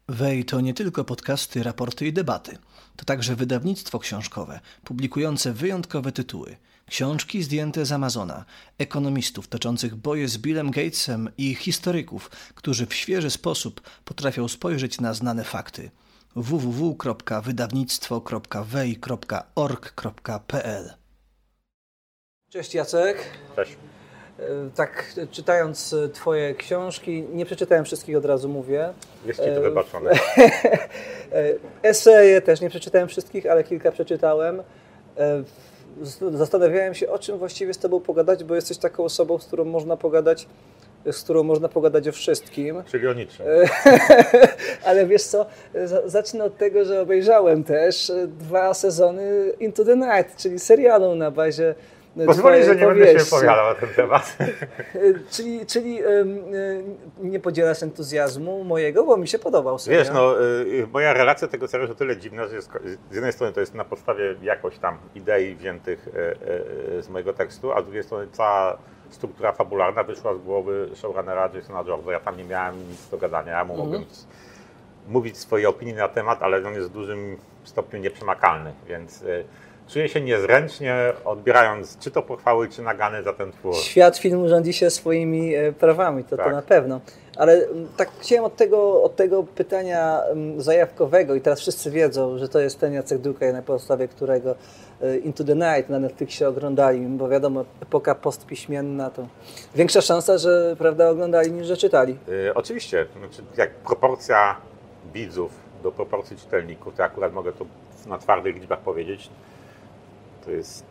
Wej to nie tylko podcasty, raporty i debaty. To także wydawnictwo książkowe, publikujące wyjątkowe tytuły. Książki zdjęte z Amazona, ekonomistów toczących boje z Billem Gatesem i historyków, którzy w świeży sposób potrafią spojrzeć na znane fakty. www.wydawnictwo.wej.org.pl. Cześć Jacek. Cześć. Tak, czytając Twoje książki, nie przeczytałem wszystkich, od razu mówię. Jest Ci to wybaczone. Eseje też nie przeczytałem wszystkich, ale kilka przeczytałem. Zastanawiałem się, o czym właściwie z Tobą pogadać, bo jesteś taką osobą, z którą można pogadać o wszystkim. Czyli o niczym. Ale wiesz co, zacznę od tego, że obejrzałem też 2 sezony Into the Night, czyli serialu na bazie Pozwolisz, że nie będę się wypowiadał na ten temat. Czyli nie podzielasz entuzjazmu mojego, bo mi się podobał serial. Wiesz, moja relacja tego serialu jest o tyle dziwna, że z jednej strony to jest na podstawie jakoś tam idei wziętych z mojego tekstu, a z drugiej strony cała struktura fabularna wyszła z głowy showrunnera Jasona George'a. Ja tam nie miałem nic do gadania, ja mu mogłem mówić swoje opinie na temat, ale on jest w dużym stopniu nieprzemakalny, więc czuję się niezręcznie, odbierając czy to pochwały, czy nagany za ten twór. Świat filmu rządzi się swoimi prawami, to na pewno. Ale tak chciałem od tego pytania zajawkowego i teraz wszyscy wiedzą, że to jest ten Jacek Dukaj, na podstawie którego Into the Night na Netflixie oglądali, bo wiadomo, epoka postpiśmienna to większa szansa, że oglądali niż że czytali. Oczywiście, jak proporcja widzów do proporcji czytelników, to akurat mogę to na twardych liczbach powiedzieć, to jest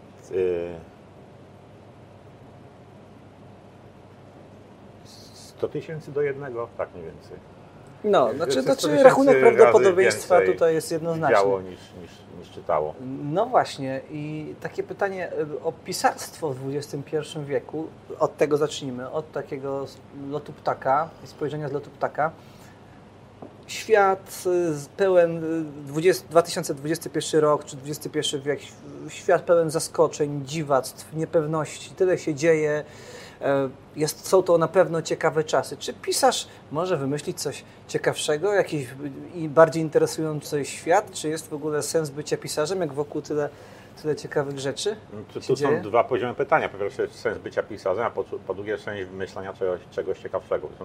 100 000 do 1, tak mniej więcej. No, znaczy rachunek prawdopodobieństwa tutaj jest jednoznaczny. Widziało niż czytało. No właśnie i takie pytanie o pisarstwo w XXI wieku, od tego zacznijmy, od takiego lotu ptaka i spojrzenia z lotu ptaka. Świat pełen, 2021 rok czy XXI wiek, świat pełen zaskoczeń, dziwactw, niepewności, tyle się dzieje, są to na pewno ciekawe czasy. Czy pisarz może wymyślić coś ciekawszego, jakiś i bardziej interesujący świat? Czy jest w ogóle sens bycia pisarzem, jak wokół tyle ciekawych rzeczy? Tu są 2 poziomy pytania. Po pierwsze sens bycia pisarzem, a po drugie sens wymyślania czegoś ciekawszego. To są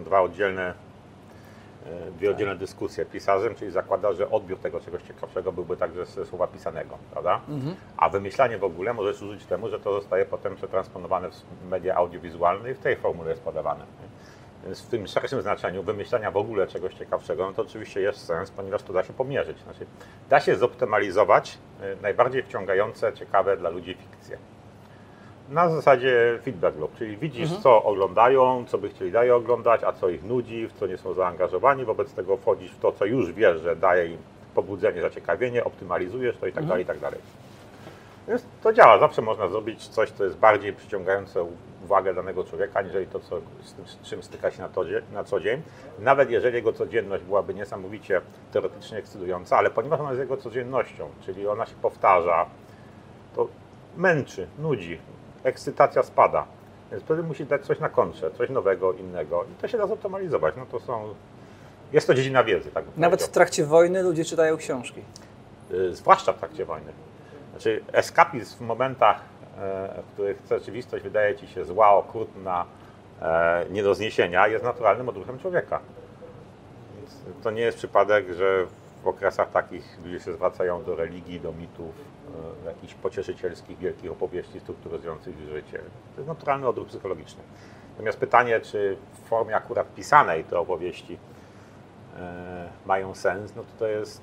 dwie oddzielne dyskusje. Pisarzem, czyli zakłada, że odbiór tego czegoś ciekawszego byłby także ze słowa pisanego, prawda? A wymyślanie w ogóle może służyć temu, że to zostaje potem przetransponowane w media audiowizualne i w tej formule jest podawane. Więc w tym szerszym znaczeniu wymyślania w ogóle czegoś ciekawszego, no to oczywiście jest sens, ponieważ to da się pomierzyć. Znaczy, da się zoptymalizować najbardziej wciągające, ciekawe dla ludzi fikcje. Na zasadzie feedback loop, czyli widzisz, co oglądają, co by chcieli dalej oglądać, a co ich nudzi, w co nie są zaangażowani, wobec tego wchodzisz w to, co już wiesz, że daje im pobudzenie, zaciekawienie, optymalizujesz to i tak dalej, i tak dalej. Więc to działa, zawsze można zrobić coś, co jest bardziej przyciągające uwagę danego człowieka, aniżeli to, z czym styka się na co dzień. Nawet jeżeli jego codzienność byłaby niesamowicie teoretycznie ekscytująca, ale ponieważ ona jest jego codziennością, czyli ona się powtarza, to męczy, nudzi. Ekscytacja spada, więc wtedy musi dać coś na kontrze, coś nowego, innego i to się da zoptymalizować. Jest to dziedzina wiedzy. Tak nawet w trakcie wojny ludzie czytają książki. Zwłaszcza w trakcie wojny. Znaczy eskapizm w momentach, w których rzeczywistość wydaje Ci się zła, okrutna, nie do zniesienia, jest naturalnym odruchem człowieka. Więc to nie jest przypadek, że w okresach takich ludzie się zwracają do religii, do mitów, jakichś pocieszycielskich, wielkich opowieści strukturyzujących życie. To jest naturalny odruch psychologiczny. Natomiast pytanie, czy w formie akurat pisanej te opowieści mają sens, to jest...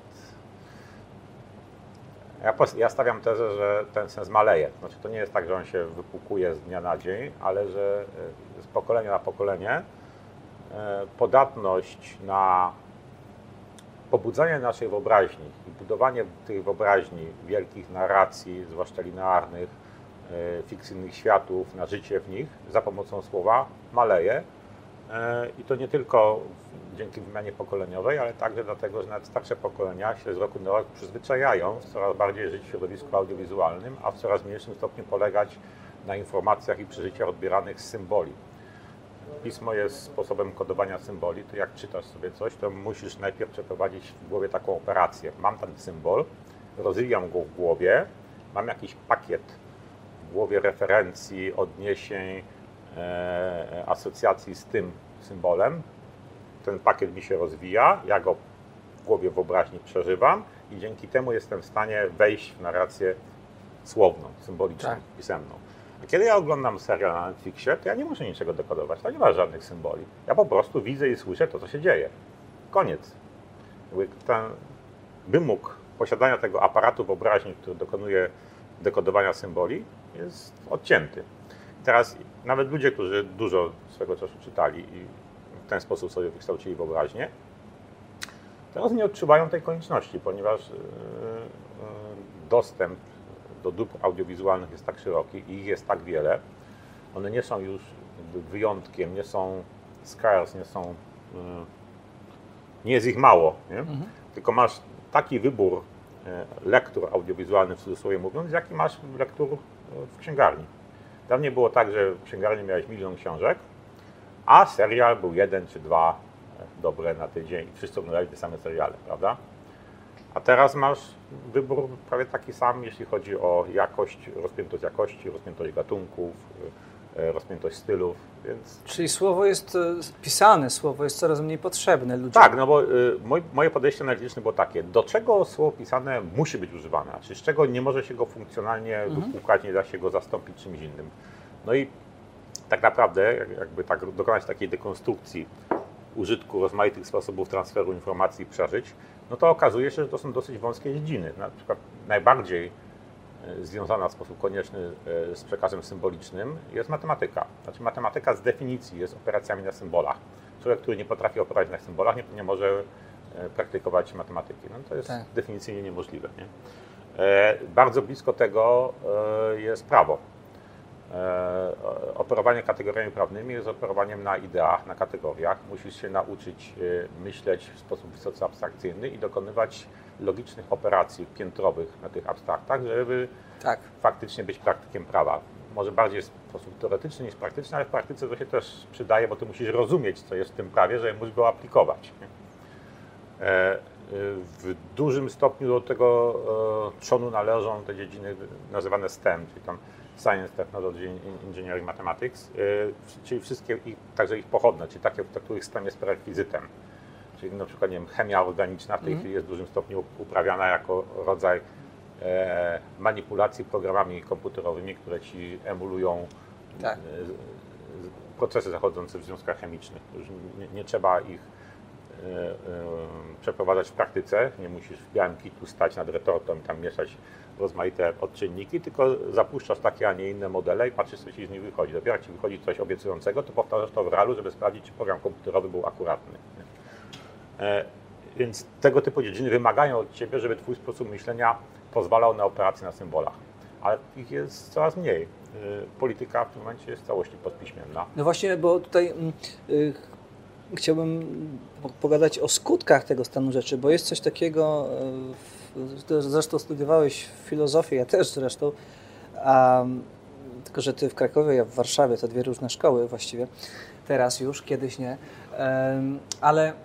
Ja stawiam tezę, że ten sens maleje. Znaczy, to nie jest tak, że on się wypłukuje z dnia na dzień, ale że z pokolenia na pokolenie podatność na pobudzanie naszej wyobraźni i budowanie tych wyobraźni, wielkich narracji, zwłaszcza linearnych, fikcyjnych światów, na życie w nich za pomocą słowa maleje. I to nie tylko dzięki wymianie pokoleniowej, ale także dlatego, że nawet starsze pokolenia się z roku na rok przyzwyczajają coraz bardziej żyć w środowisku audiowizualnym, a w coraz mniejszym stopniu polegać na informacjach i przeżyciach odbieranych z symboli. pismo jest sposobem kodowania symboli, to jak czytasz sobie coś, to musisz najpierw przeprowadzić w głowie taką operację. Mam ten symbol, rozwijam go w głowie, mam jakiś pakiet w głowie referencji, odniesień, asocjacji z tym symbolem. Ten pakiet mi się rozwija, ja go w głowie wyobraźni przeżywam i dzięki temu jestem w stanie wejść w narrację słowną, symboliczną, pisemną. A kiedy ja oglądam serial na Netflixie, to ja nie muszę niczego dekodować, tam nie ma żadnych symboli. Ja po prostu widzę i słyszę to, co się dzieje. Koniec. Ten wymóg posiadania tego aparatu wyobraźni, który dokonuje dekodowania symboli, jest odcięty. Teraz nawet ludzie, którzy dużo swego czasu czytali i w ten sposób sobie wykształcili wyobraźnię, teraz nie odczuwają tej konieczności, ponieważ dostęp do dóbr audiowizualnych jest tak szeroki i ich jest tak wiele. One nie są już wyjątkiem, nie są scarce, nie jest ich mało, nie? Tylko masz taki wybór lektur audiowizualnych, w cudzysłowie mówiąc, jaki masz lektur w księgarni. Dawniej było tak, że w księgarni miałeś 1 000 000 książek, a serial był 1 czy 2 dobre na tydzień i wszyscy oglądali te same seriale, prawda? A teraz masz wybór prawie taki sam, jeśli chodzi o jakość, rozpiętość gatunków, rozpiętość stylów, więc... Czyli słowo jest pisane, słowo jest coraz mniej potrzebne ludziom. Tak, no bo moje podejście analityczne było takie, do czego słowo pisane musi być używane, czy z czego nie może się go funkcjonalnie wypłukać, nie da się go zastąpić czymś innym. No i tak naprawdę, jakby tak dokonać takiej dekonstrukcji użytku rozmaitych sposobów transferu informacji i przeżyć, no to okazuje się, że to są dosyć wąskie dziedziny. Na przykład najbardziej związana w sposób konieczny z przekazem symbolicznym jest matematyka. Znaczy matematyka z definicji jest operacjami na symbolach. Człowiek, który nie potrafi operować na symbolach, nie może praktykować matematyki. No to jest definicyjnie niemożliwe. Nie? Bardzo blisko tego jest prawo. Operowanie kategoriami prawnymi jest operowaniem na ideach, na kategoriach. Musisz się nauczyć myśleć w sposób wysoce abstrakcyjny i dokonywać logicznych operacji piętrowych na tych abstraktach, żeby faktycznie być praktykiem prawa. Może bardziej w sposób teoretyczny niż praktyczny, ale w praktyce to się też przydaje, bo ty musisz rozumieć, co jest w tym prawie, żeby móc go aplikować. W dużym stopniu do tego trzonu należą te dziedziny nazywane STEM, czyli tam Science, Technology, Engineering, Mathematics, czyli wszystkie, także ich pochodne, czyli takie, w których STEM jest prerekwizytem. Czyli na przykład, nie wiem, chemia organiczna w tej chwili jest w dużym stopniu uprawiana jako rodzaj manipulacji programami komputerowymi, które ci emulują procesy zachodzące w związkach chemicznych. Już nie trzeba ich przeprowadzać w praktyce, nie musisz w białym kitku stać nad retortą i tam mieszać rozmaite odczynniki, tylko zapuszczasz takie, a nie inne modele i patrzysz, co ci z nich wychodzi. Dopiero jak ci wychodzi coś obiecującego, to powtarzasz to w realu, żeby sprawdzić, czy program komputerowy był akuratny. Więc tego typu dziedziny wymagają od ciebie, żeby twój sposób myślenia pozwalał na operacje na symbolach. Ale ich jest coraz mniej. Polityka w tym momencie jest w całości podpiśmienna. No właśnie, bo tutaj chciałbym pogadać o skutkach tego stanu rzeczy, bo jest coś takiego, zresztą studiowałeś filozofię, ja też zresztą, tylko że ty w Krakowie, ja w Warszawie, to 2 różne szkoły właściwie, teraz już, kiedyś nie, ale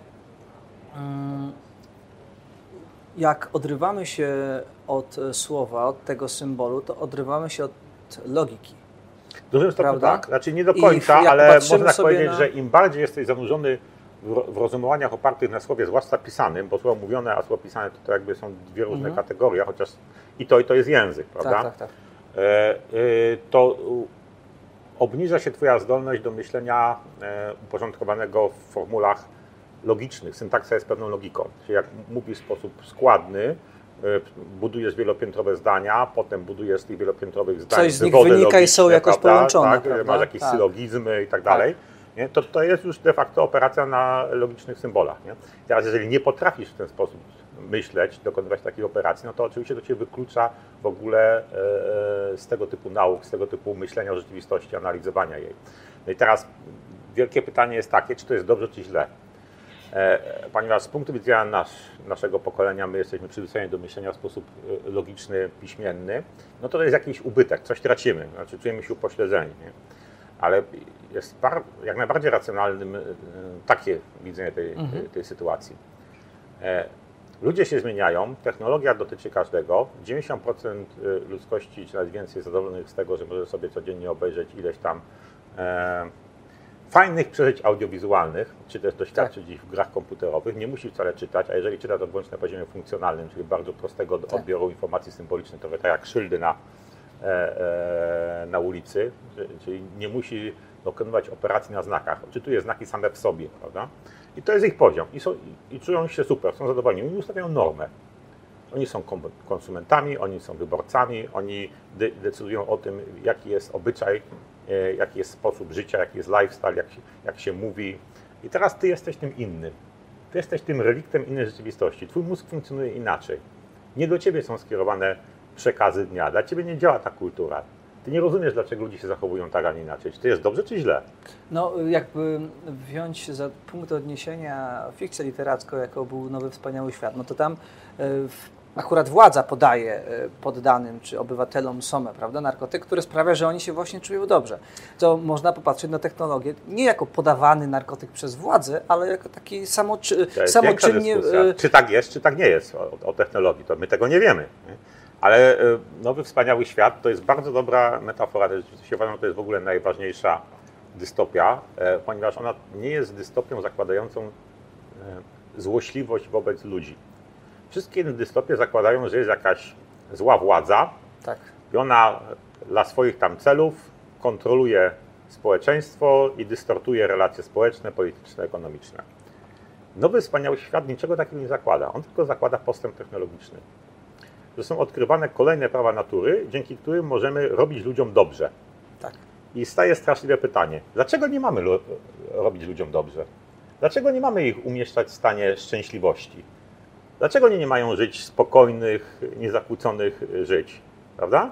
jak odrywamy się od słowa, od tego symbolu, to odrywamy się od logiki. W dużym stopniu tak, znaczy nie do końca, ale można powiedzieć, że im bardziej jesteś zanurzony w rozumowaniach opartych na słowie, zwłaszcza pisanym, bo słowo mówione, a słowo pisane to jakby są 2 różne kategorie, chociaż i to jest język, prawda? Tak. To obniża się twoja zdolność do myślenia uporządkowanego w formulach logicznych. Syntaksa jest pewną logiką. Czyli jak mówisz w sposób składny, budujesz wielopiętrowe zdania, potem budujesz z tych wielopiętrowych zdań coś z nich wynika i są jakoś połączone. Tak, masz jakieś sylogizmy i tak dalej. Nie? To jest już de facto operacja na logicznych symbolach. Nie? Teraz jeżeli nie potrafisz w ten sposób myśleć, dokonywać takiej operacji, no to oczywiście to cię wyklucza w ogóle z tego typu nauk, z tego typu myślenia o rzeczywistości, analizowania jej. No i teraz wielkie pytanie jest takie, czy to jest dobrze, czy źle. Ponieważ z punktu widzenia naszego pokolenia my jesteśmy przyzwyczajeni do myślenia w sposób logiczny, piśmienny, no to jest jakiś ubytek, coś tracimy, znaczy czujemy się upośledzeni. Nie? ale jest jak najbardziej racjonalnym takie widzenie tej sytuacji. Ludzie się zmieniają, technologia dotyczy każdego. 90% ludzkości, czy nawet więcej, zadowolonych z tego, że może sobie codziennie obejrzeć ileś tam fajnych przeżyć audiowizualnych, czy też doświadczyć ich w grach komputerowych. Nie musi wcale czytać, a jeżeli czyta, to wyłącznie na poziomie funkcjonalnym, czyli bardzo prostego odbioru informacji symbolicznej, trochę tak jak szyldy na ulicy, czyli nie musi dokonywać operacji na znakach. Czytuje znaki same w sobie, prawda? I to jest ich poziom. I czują się super, są zadowoleni. Oni ustawiają normę. Oni są konsumentami, oni są wyborcami, oni decydują o tym, jaki jest obyczaj, jaki jest sposób życia, jaki jest lifestyle, jak się mówi. I teraz ty jesteś tym innym. Ty jesteś tym reliktem innej rzeczywistości. Twój mózg funkcjonuje inaczej. Nie do ciebie są skierowane przekazy dnia. Dla ciebie nie działa ta kultura. Ty nie rozumiesz, dlaczego ludzie się zachowują tak, a nie inaczej. Czy to jest dobrze, czy źle? No, jakby wziąć za punkt odniesienia fikcję literacką, jaką był Nowy Wspaniały Świat, no to tam akurat władza podaje poddanym czy obywatelom somę, prawda, narkotyk, który sprawia, że oni się właśnie czują dobrze. To można popatrzeć na technologię nie jako podawany narkotyk przez władzę, ale jako taki samoczynnie... Czy tak jest, czy tak nie jest o technologii, to my tego nie wiemy. Ale Nowy Wspaniały Świat to jest bardzo dobra metafora, uważam, że to jest w ogóle najważniejsza dystopia, ponieważ ona nie jest dystopią zakładającą złośliwość wobec ludzi. Wszystkie dystopie zakładają, że jest jakaś zła władza i ona dla swoich tam celów kontroluje społeczeństwo i dystortuje relacje społeczne, polityczne, ekonomiczne. Nowy Wspaniały Świat niczego takiego nie zakłada, on tylko zakłada postęp technologiczny. Że są odkrywane kolejne prawa natury, dzięki którym możemy robić ludziom dobrze. Tak. I staje straszliwe pytanie, dlaczego nie mamy robić ludziom dobrze? Dlaczego nie mamy ich umieszczać w stanie szczęśliwości? Dlaczego oni nie mają żyć spokojnych, niezakłóconych żyć? Prawda?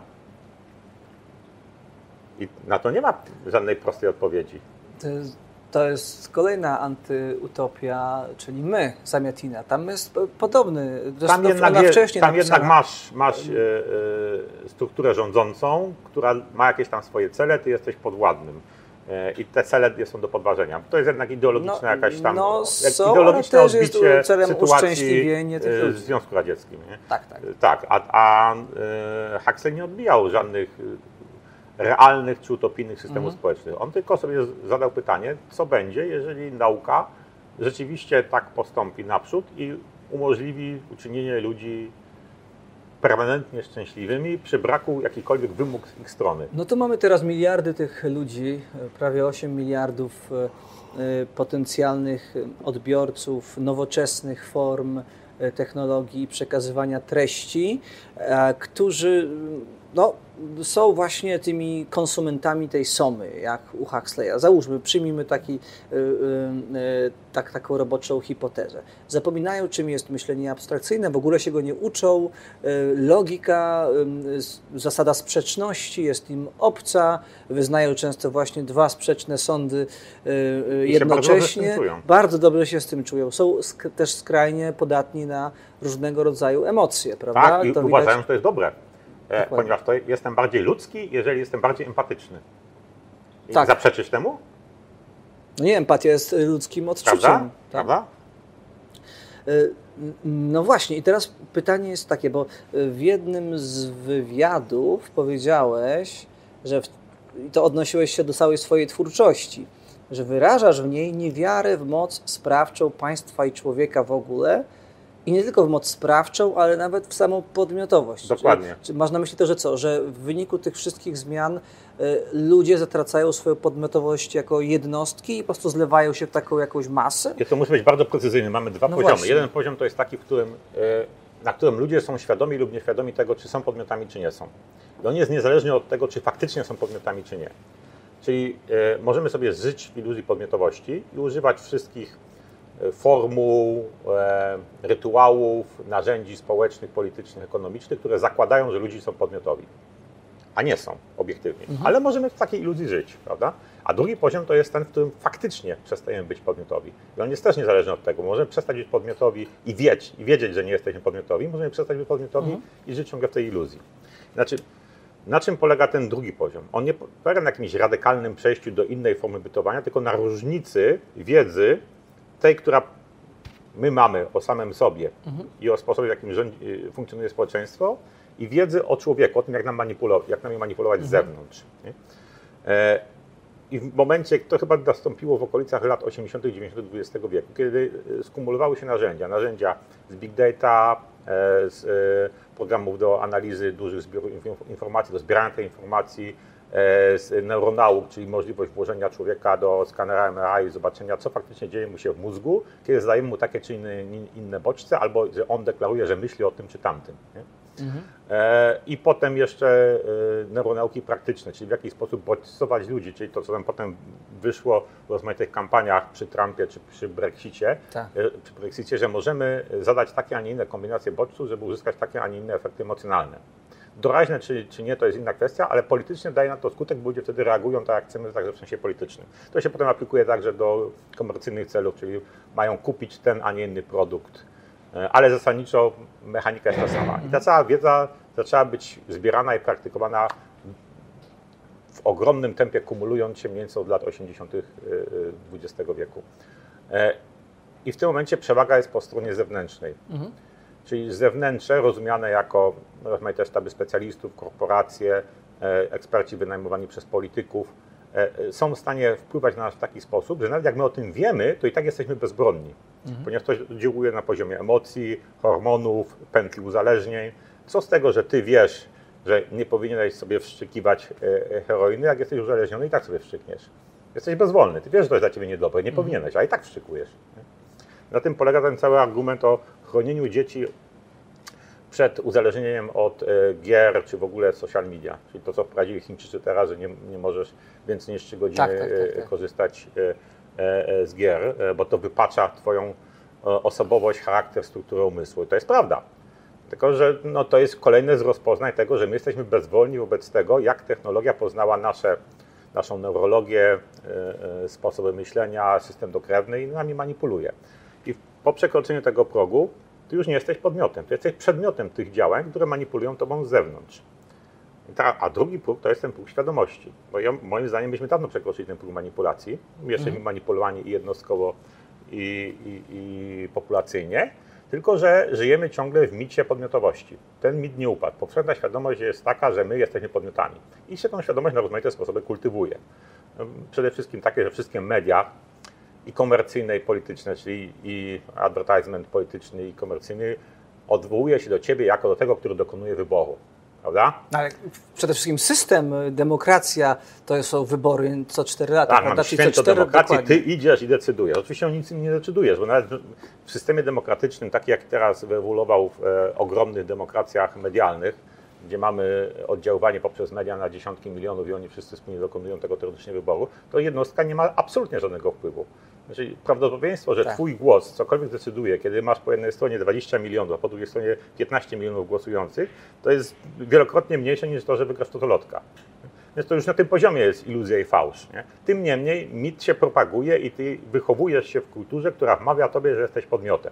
I na to nie ma żadnej prostej odpowiedzi. To jest kolejna antyutopia, czyli my, Zamiatina. Tam jest podobny. Tam jednak masz strukturę rządzącą, która ma jakieś tam swoje cele, ty jesteś podwładnym. I te cele są do podważenia. To jest jednak ideologiczna jakaś tam ideologiczne odbicie sytuacji w Związku Radzieckim. Nie? Tak. A Huxley nie odbijał żadnych realnych czy utopijnych systemów społecznych. On tylko sobie zadał pytanie, co będzie, jeżeli nauka rzeczywiście tak postąpi naprzód i umożliwi uczynienie ludzi permanentnie szczęśliwymi przy braku jakichkolwiek wymóg z ich strony. No to mamy teraz miliardy tych ludzi, prawie 8 miliardów potencjalnych odbiorców nowoczesnych form technologii i przekazywania treści, którzy są właśnie tymi konsumentami tej somy, jak u Huxleya. Załóżmy, przyjmijmy taką roboczą hipotezę. Zapominają, czym jest myślenie abstrakcyjne, w ogóle się go nie uczą, logika, zasada sprzeczności jest im obca, wyznają często właśnie dwa sprzeczne sądy jednocześnie. Bardzo dobrze się z tym czują. Są też skrajnie podatni na różnego rodzaju emocje, prawda? Tak, i uważają, że to jest dobre. Ponieważ to jestem bardziej ludzki, jeżeli jestem bardziej empatyczny. I zaprzeczyć temu? No nie, empatia jest ludzkim odczuciem. Prawda? No właśnie, i teraz pytanie jest takie, bo w jednym z wywiadów powiedziałeś, że to odnosiłeś się do całej swojej twórczości, że wyrażasz w niej niewiarę w moc sprawczą państwa i człowieka w ogóle, i nie tylko w moc sprawczą, ale nawet w samą podmiotowość. Dokładnie. Czy masz na myśli to, że co? Że w wyniku tych wszystkich zmian ludzie zatracają swoją podmiotowość jako jednostki i po prostu zlewają się w taką jakąś masę? To musi być bardzo precyzyjny. Mamy dwa poziomy. Właśnie. Jeden poziom to jest taki, na którym ludzie są świadomi lub nieświadomi tego, czy są podmiotami, czy nie są. I on jest niezależny od tego, czy faktycznie są podmiotami, czy nie. Czyli możemy sobie żyć w iluzji podmiotowości i używać wszystkich formuł, rytuałów, narzędzi społecznych, politycznych, ekonomicznych, które zakładają, że ludzie są podmiotowi, a nie są obiektywnie. Ale możemy w takiej iluzji żyć, prawda? A drugi poziom to jest ten, w którym faktycznie przestajemy być podmiotowi. I on jest też niezależny od tego. Możemy przestać być podmiotowi i wiedzieć, że nie jesteśmy podmiotowi. Możemy przestać być podmiotowi i żyć ciągle w tej iluzji. Znaczy, Na czym polega ten drugi poziom? On nie polega na jakimś radykalnym przejściu do innej formy bytowania, tylko na różnicy wiedzy, tej, która my mamy o samym sobie i o sposobie, w jakim funkcjonuje społeczeństwo, i wiedzy o człowieku, o tym, jak nami manipulować z zewnątrz. Nie? I w momencie, to chyba nastąpiło w okolicach lat 80., 90. XX wieku, kiedy skumulowały się narzędzia z big data, z programów do analizy dużych zbiorów informacji, do zbierania tej informacji, z neuronauk, czyli możliwość włożenia człowieka do skanera MRI i zobaczenia, co faktycznie dzieje mu się w mózgu, kiedy zadajemy mu takie czy inne bodźce, albo że on deklaruje, że myśli o tym czy tamtym. Nie? I potem jeszcze neuronauki praktyczne, czyli w jaki sposób bodźcować ludzi, czyli to, co tam potem wyszło w rozmaitych kampaniach przy Trumpie czy przy Brexicie, że możemy zadać takie, a nie inne kombinacje bodźców, żeby uzyskać takie, a nie inne efekty emocjonalne. Doraźne czy nie, to jest inna kwestia, ale politycznie daje na to skutek, bo ludzie wtedy reagują tak, jak chcemy, także w sensie politycznym. To się potem aplikuje także do komercyjnych celów, czyli mają kupić ten, a nie inny produkt. Ale zasadniczo mechanika jest ta sama. I ta cała wiedza zaczęła być zbierana i praktykowana w ogromnym tempie, kumulując się mniej więcej od lat 80. XX wieku. I w tym momencie przewaga jest po stronie zewnętrznej. Czyli zewnętrzne, rozumiane jako rozmaite sztaby specjalistów, korporacje, eksperci wynajmowani przez polityków, są w stanie wpływać na nas w taki sposób, że nawet jak my o tym wiemy, to i tak jesteśmy bezbronni. Ponieważ to działuje na poziomie emocji, hormonów, pętli uzależnień. Co z tego, że ty wiesz, że nie powinieneś sobie wszczykiwać heroiny, jak jesteś uzależniony, i tak sobie wszczykniesz. Jesteś bezwolny, ty wiesz, że to jest dla ciebie niedobre, nie powinieneś, a i tak wszczykujesz. Na tym polega ten cały argument o chronieniu dzieci przed uzależnieniem od gier, czy w ogóle social media. Czyli to, co wprowadzili Chińczycy teraz, że nie możesz więcej niż 3 godziny korzystać z gier, bo to wypacza twoją osobowość, charakter, strukturę umysłu. I to jest prawda. Tylko, że no, to jest kolejne z rozpoznań tego, że my jesteśmy bezwolni wobec tego, jak technologia poznała naszą neurologię, sposoby myślenia, system dokrewny i nami manipuluje. I po przekroczeniu tego progu ty już nie jesteś podmiotem, ty jesteś przedmiotem tych działań, które manipulują tobą z zewnątrz. A drugi próg to jest ten próg świadomości. Bo moim zdaniem myśmy dawno przekroczyli ten próg manipulacji. My jesteśmy manipulowani i jednostkowo, i populacyjnie, tylko że żyjemy ciągle w micie podmiotowości. Ten mit nie upadł. Powszechna świadomość jest taka, że my jesteśmy podmiotami. I się tą świadomość na rozmaite sposoby kultywuje. Przede wszystkim takie, że wszystkie media, i komercyjne, i polityczne, czyli i advertisement polityczny i komercyjny, odwołuje się do ciebie jako do tego, który dokonuje wyboru. Prawda? Ale przede wszystkim system, demokracja, to są wybory co 4 lata. Tak, prawda? mamy święto demokracji, ty idziesz i decydujesz. Oczywiście o niczym nie decydujesz, bo nawet w systemie demokratycznym, taki jak teraz wyewoluował w ogromnych demokracjach medialnych, gdzie mamy oddziaływanie poprzez media na dziesiątki milionów i oni wszyscy wspólnie dokonują tego teoretycznie wyboru, to jednostka nie ma absolutnie żadnego wpływu. Znaczy, prawdopodobieństwo, że twój głos cokolwiek decyduje, kiedy masz po jednej stronie 20 milionów, a po drugiej stronie 15 milionów głosujących, to jest wielokrotnie mniejsze niż to, że wygrasz totolotka. Więc to już na tym poziomie jest iluzja i fałsz. Nie? Tym niemniej mit się propaguje i ty wychowujesz się w kulturze, która wmawia tobie, że jesteś podmiotem.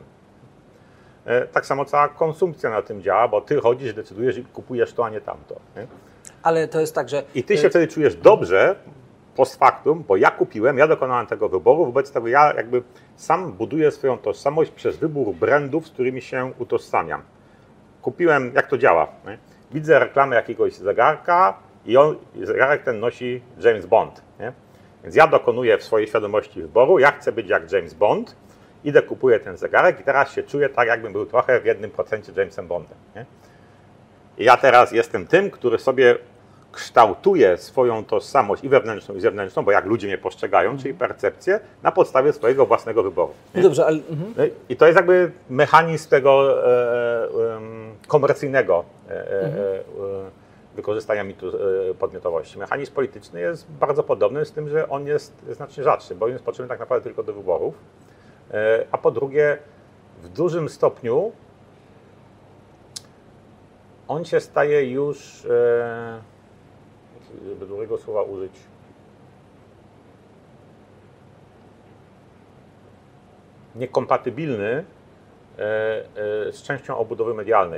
Tak samo cała konsumpcja na tym działa, bo ty chodzisz, decydujesz i kupujesz to, a nie tamto. Nie? Ale to jest tak, że... I ty się wtedy czujesz dobrze, post factum, bo ja kupiłem, ja dokonałem tego wyboru, wobec tego ja jakby sam buduję swoją tożsamość przez wybór brandów, z którymi się utożsamiam. Kupiłem, jak to działa? Nie? Widzę reklamę jakiegoś zegarka i zegarek ten nosi James Bond. Nie? Więc ja dokonuję w swojej świadomości wyboru, ja chcę być jak James Bond, idę, kupuję ten zegarek i teraz się czuję tak, jakbym był trochę w 1% Jamesem Bondem. Nie? I ja teraz jestem tym, który sobie kształtuje swoją tożsamość i wewnętrzną, i zewnętrzną, bo jak ludzie mnie postrzegają, czyli percepcję, na podstawie swojego własnego wyboru. Nie? Dobrze, ale... I to jest jakby mechanizm tego komercyjnego wykorzystania mitu podmiotowości. Mechanizm polityczny jest bardzo podobny, z tym, że on jest znacznie rzadszy, bo on jest potrzebny tak naprawdę tylko do wyborów. A po drugie, w dużym stopniu on się staje już, żeby dobrego słowa użyć, niekompatybilny z częścią obudowy medialnej,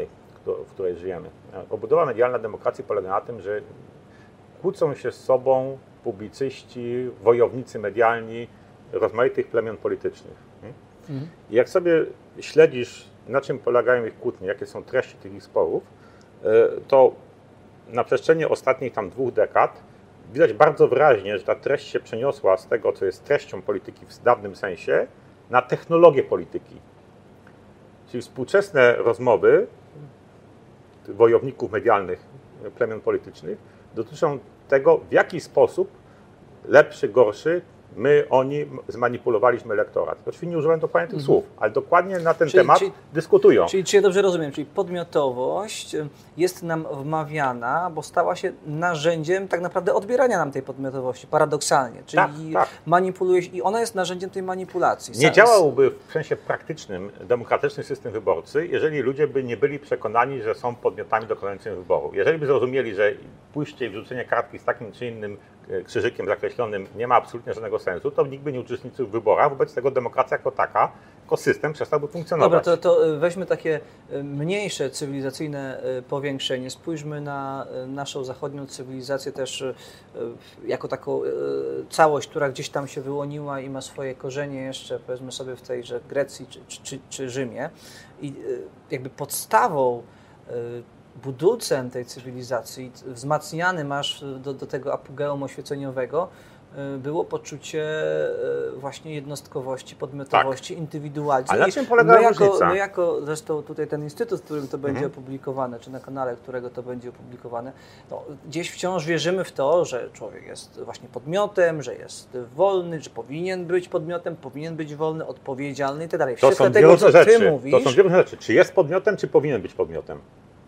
w której żyjemy. Obudowa medialna demokracji polega na tym, że kłócą się z sobą publicyści, wojownicy medialni rozmaitych plemion politycznych. I jak sobie śledzisz, na czym polegają ich kłótnie, jakie są treści tych ich sporów, to na przestrzeni ostatnich 2 dekad widać bardzo wyraźnie, że ta treść się przeniosła z tego, co jest treścią polityki w dawnym sensie, na technologię polityki. Czyli współczesne rozmowy wojowników medialnych, plemion politycznych dotyczą tego, w jaki sposób lepszy, gorszy, oni zmanipulowaliśmy elektorat. Oczywiście nie używam dokładnie tych słów, ale dokładnie na ten temat dyskutują. Czyli ja dobrze rozumiem, czyli podmiotowość jest nam wmawiana, bo stała się narzędziem tak naprawdę odbierania nam tej podmiotowości, paradoksalnie. Czyli tak. Manipuluje się i ona jest narzędziem tej manipulacji. Nie działałby w sensie praktycznym demokratyczny system wyborczy, jeżeli ludzie by nie byli przekonani, że są podmiotami dokonującymi wyboru. Jeżeli by zrozumieli, że pójście i wrzucenie kartki z takim czy innym krzyżykiem zakreślonym nie ma absolutnie żadnego sensu, to nikt by nie uczestniczył w wyborach. Wobec tego demokracja jako taka, jako system przestałby funkcjonować. Dobra, to weźmy takie mniejsze cywilizacyjne powiększenie. Spójrzmy na naszą zachodnią cywilizację też jako taką całość, która gdzieś tam się wyłoniła i ma swoje korzenie jeszcze, powiedzmy sobie, w tejże Grecji czy Rzymie. I jakby podstawą, budulcem tej cywilizacji, wzmacnianym aż do tego apogeum oświeceniowego, było poczucie właśnie jednostkowości, podmiotowości, indywidualizmu. Ale na czym polega różnica? My jako zresztą tutaj ten instytut, w którym to będzie opublikowane, czy na kanale, którego to będzie opublikowane, no, gdzieś wciąż wierzymy w to, że człowiek jest właśnie podmiotem, że jest wolny, że powinien być podmiotem, powinien być wolny, odpowiedzialny i tak dalej. To są dwie różne rzeczy. To są dwie różne rzeczy. Czy jest podmiotem, czy powinien być podmiotem?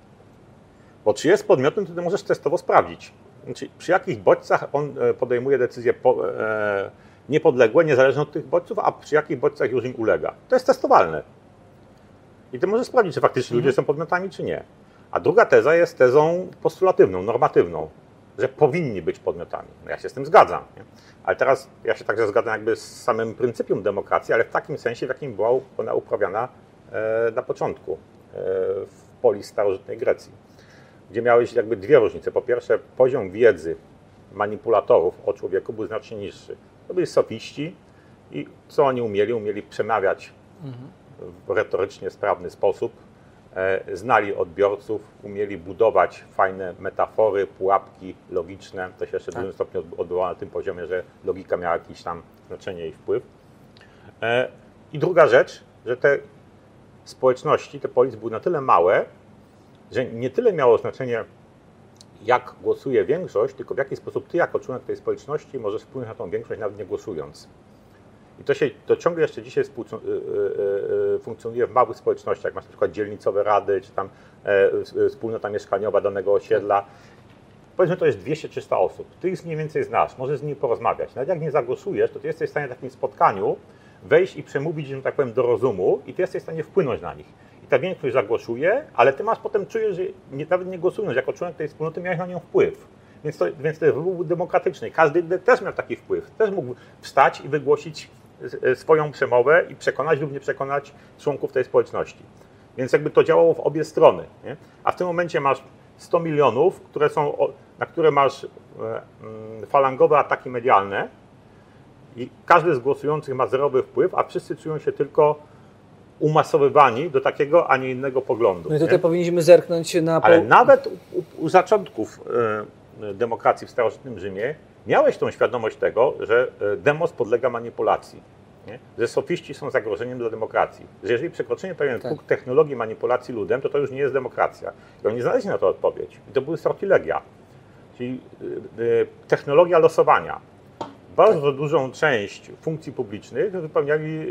Bo czy jest podmiotem, to ty możesz testowo sprawdzić. Znaczy, przy jakich bodźcach on podejmuje decyzje niepodległe, niezależne od tych bodźców, a przy jakich bodźcach już im ulega. To jest testowalne. I ty możesz sprawdzić, czy faktycznie ludzie są podmiotami, czy nie. A druga teza jest tezą postulatywną, normatywną, że powinni być podmiotami. No ja się z tym zgadzam. Nie? Ale teraz ja się także zgadzam jakby z samym pryncypium demokracji, ale w takim sensie, w jakim była ona uprawiana na początku w polis starożytnej Grecji, gdzie miałeś jakby dwie różnice. Po pierwsze, poziom wiedzy manipulatorów o człowieku był znacznie niższy. To byli sofiści i co oni umieli? Umieli przemawiać w retorycznie sprawny sposób, znali odbiorców, umieli budować fajne metafory, pułapki logiczne. To się jeszcze w dużym stopniu odbywało na tym poziomie, że logika miała jakieś tam znaczenie i wpływ. I druga rzecz, że te społeczności, te polis były na tyle małe, że nie tyle miało znaczenie, jak głosuje większość, tylko w jaki sposób ty jako członek tej społeczności możesz wpłynąć na tą większość, nawet nie głosując. I to ciągle jeszcze dzisiaj funkcjonuje w małych społecznościach. Masz na przykład dzielnicowe rady, czy tam wspólnota mieszkaniowa danego osiedla. Powiedzmy, to jest 200-300 osób. Ty ich mniej więcej znasz, możesz z nimi porozmawiać. Nawet jak nie zagłosujesz, to ty jesteś w stanie w takim spotkaniu wejść i przemówić, że tak powiem, do rozumu i ty jesteś w stanie wpłynąć na nich. I ta większość zagłosuje, ale ty potem czujesz, że nawet nie głosując, jako członek tej wspólnoty miałeś na nią wpływ. Więc to był demokratyczny. Każdy też miał taki wpływ. Też mógł wstać i wygłosić swoją przemowę i przekonać lub nie przekonać członków tej społeczności. Więc jakby to działało w obie strony. Nie? A w tym momencie masz 100 milionów, na które masz falangowe ataki medialne i każdy z głosujących ma zerowy wpływ, a wszyscy czują się tylko umasowywani do takiego, a nie innego poglądu. No i tutaj powinniśmy zerknąć na... Ale nawet u zaczątków demokracji w starożytnym Rzymie miałeś tą świadomość tego, że demos podlega manipulacji, nie? Że sofiści są zagrożeniem dla demokracji, że jeżeli przekroczymy pewien próg technologii manipulacji ludem, to już nie jest demokracja. I oni znaleźli na to odpowiedź. I to były sortilegia, czyli technologia losowania. Bardzo dużą część funkcji publicznych wypełniali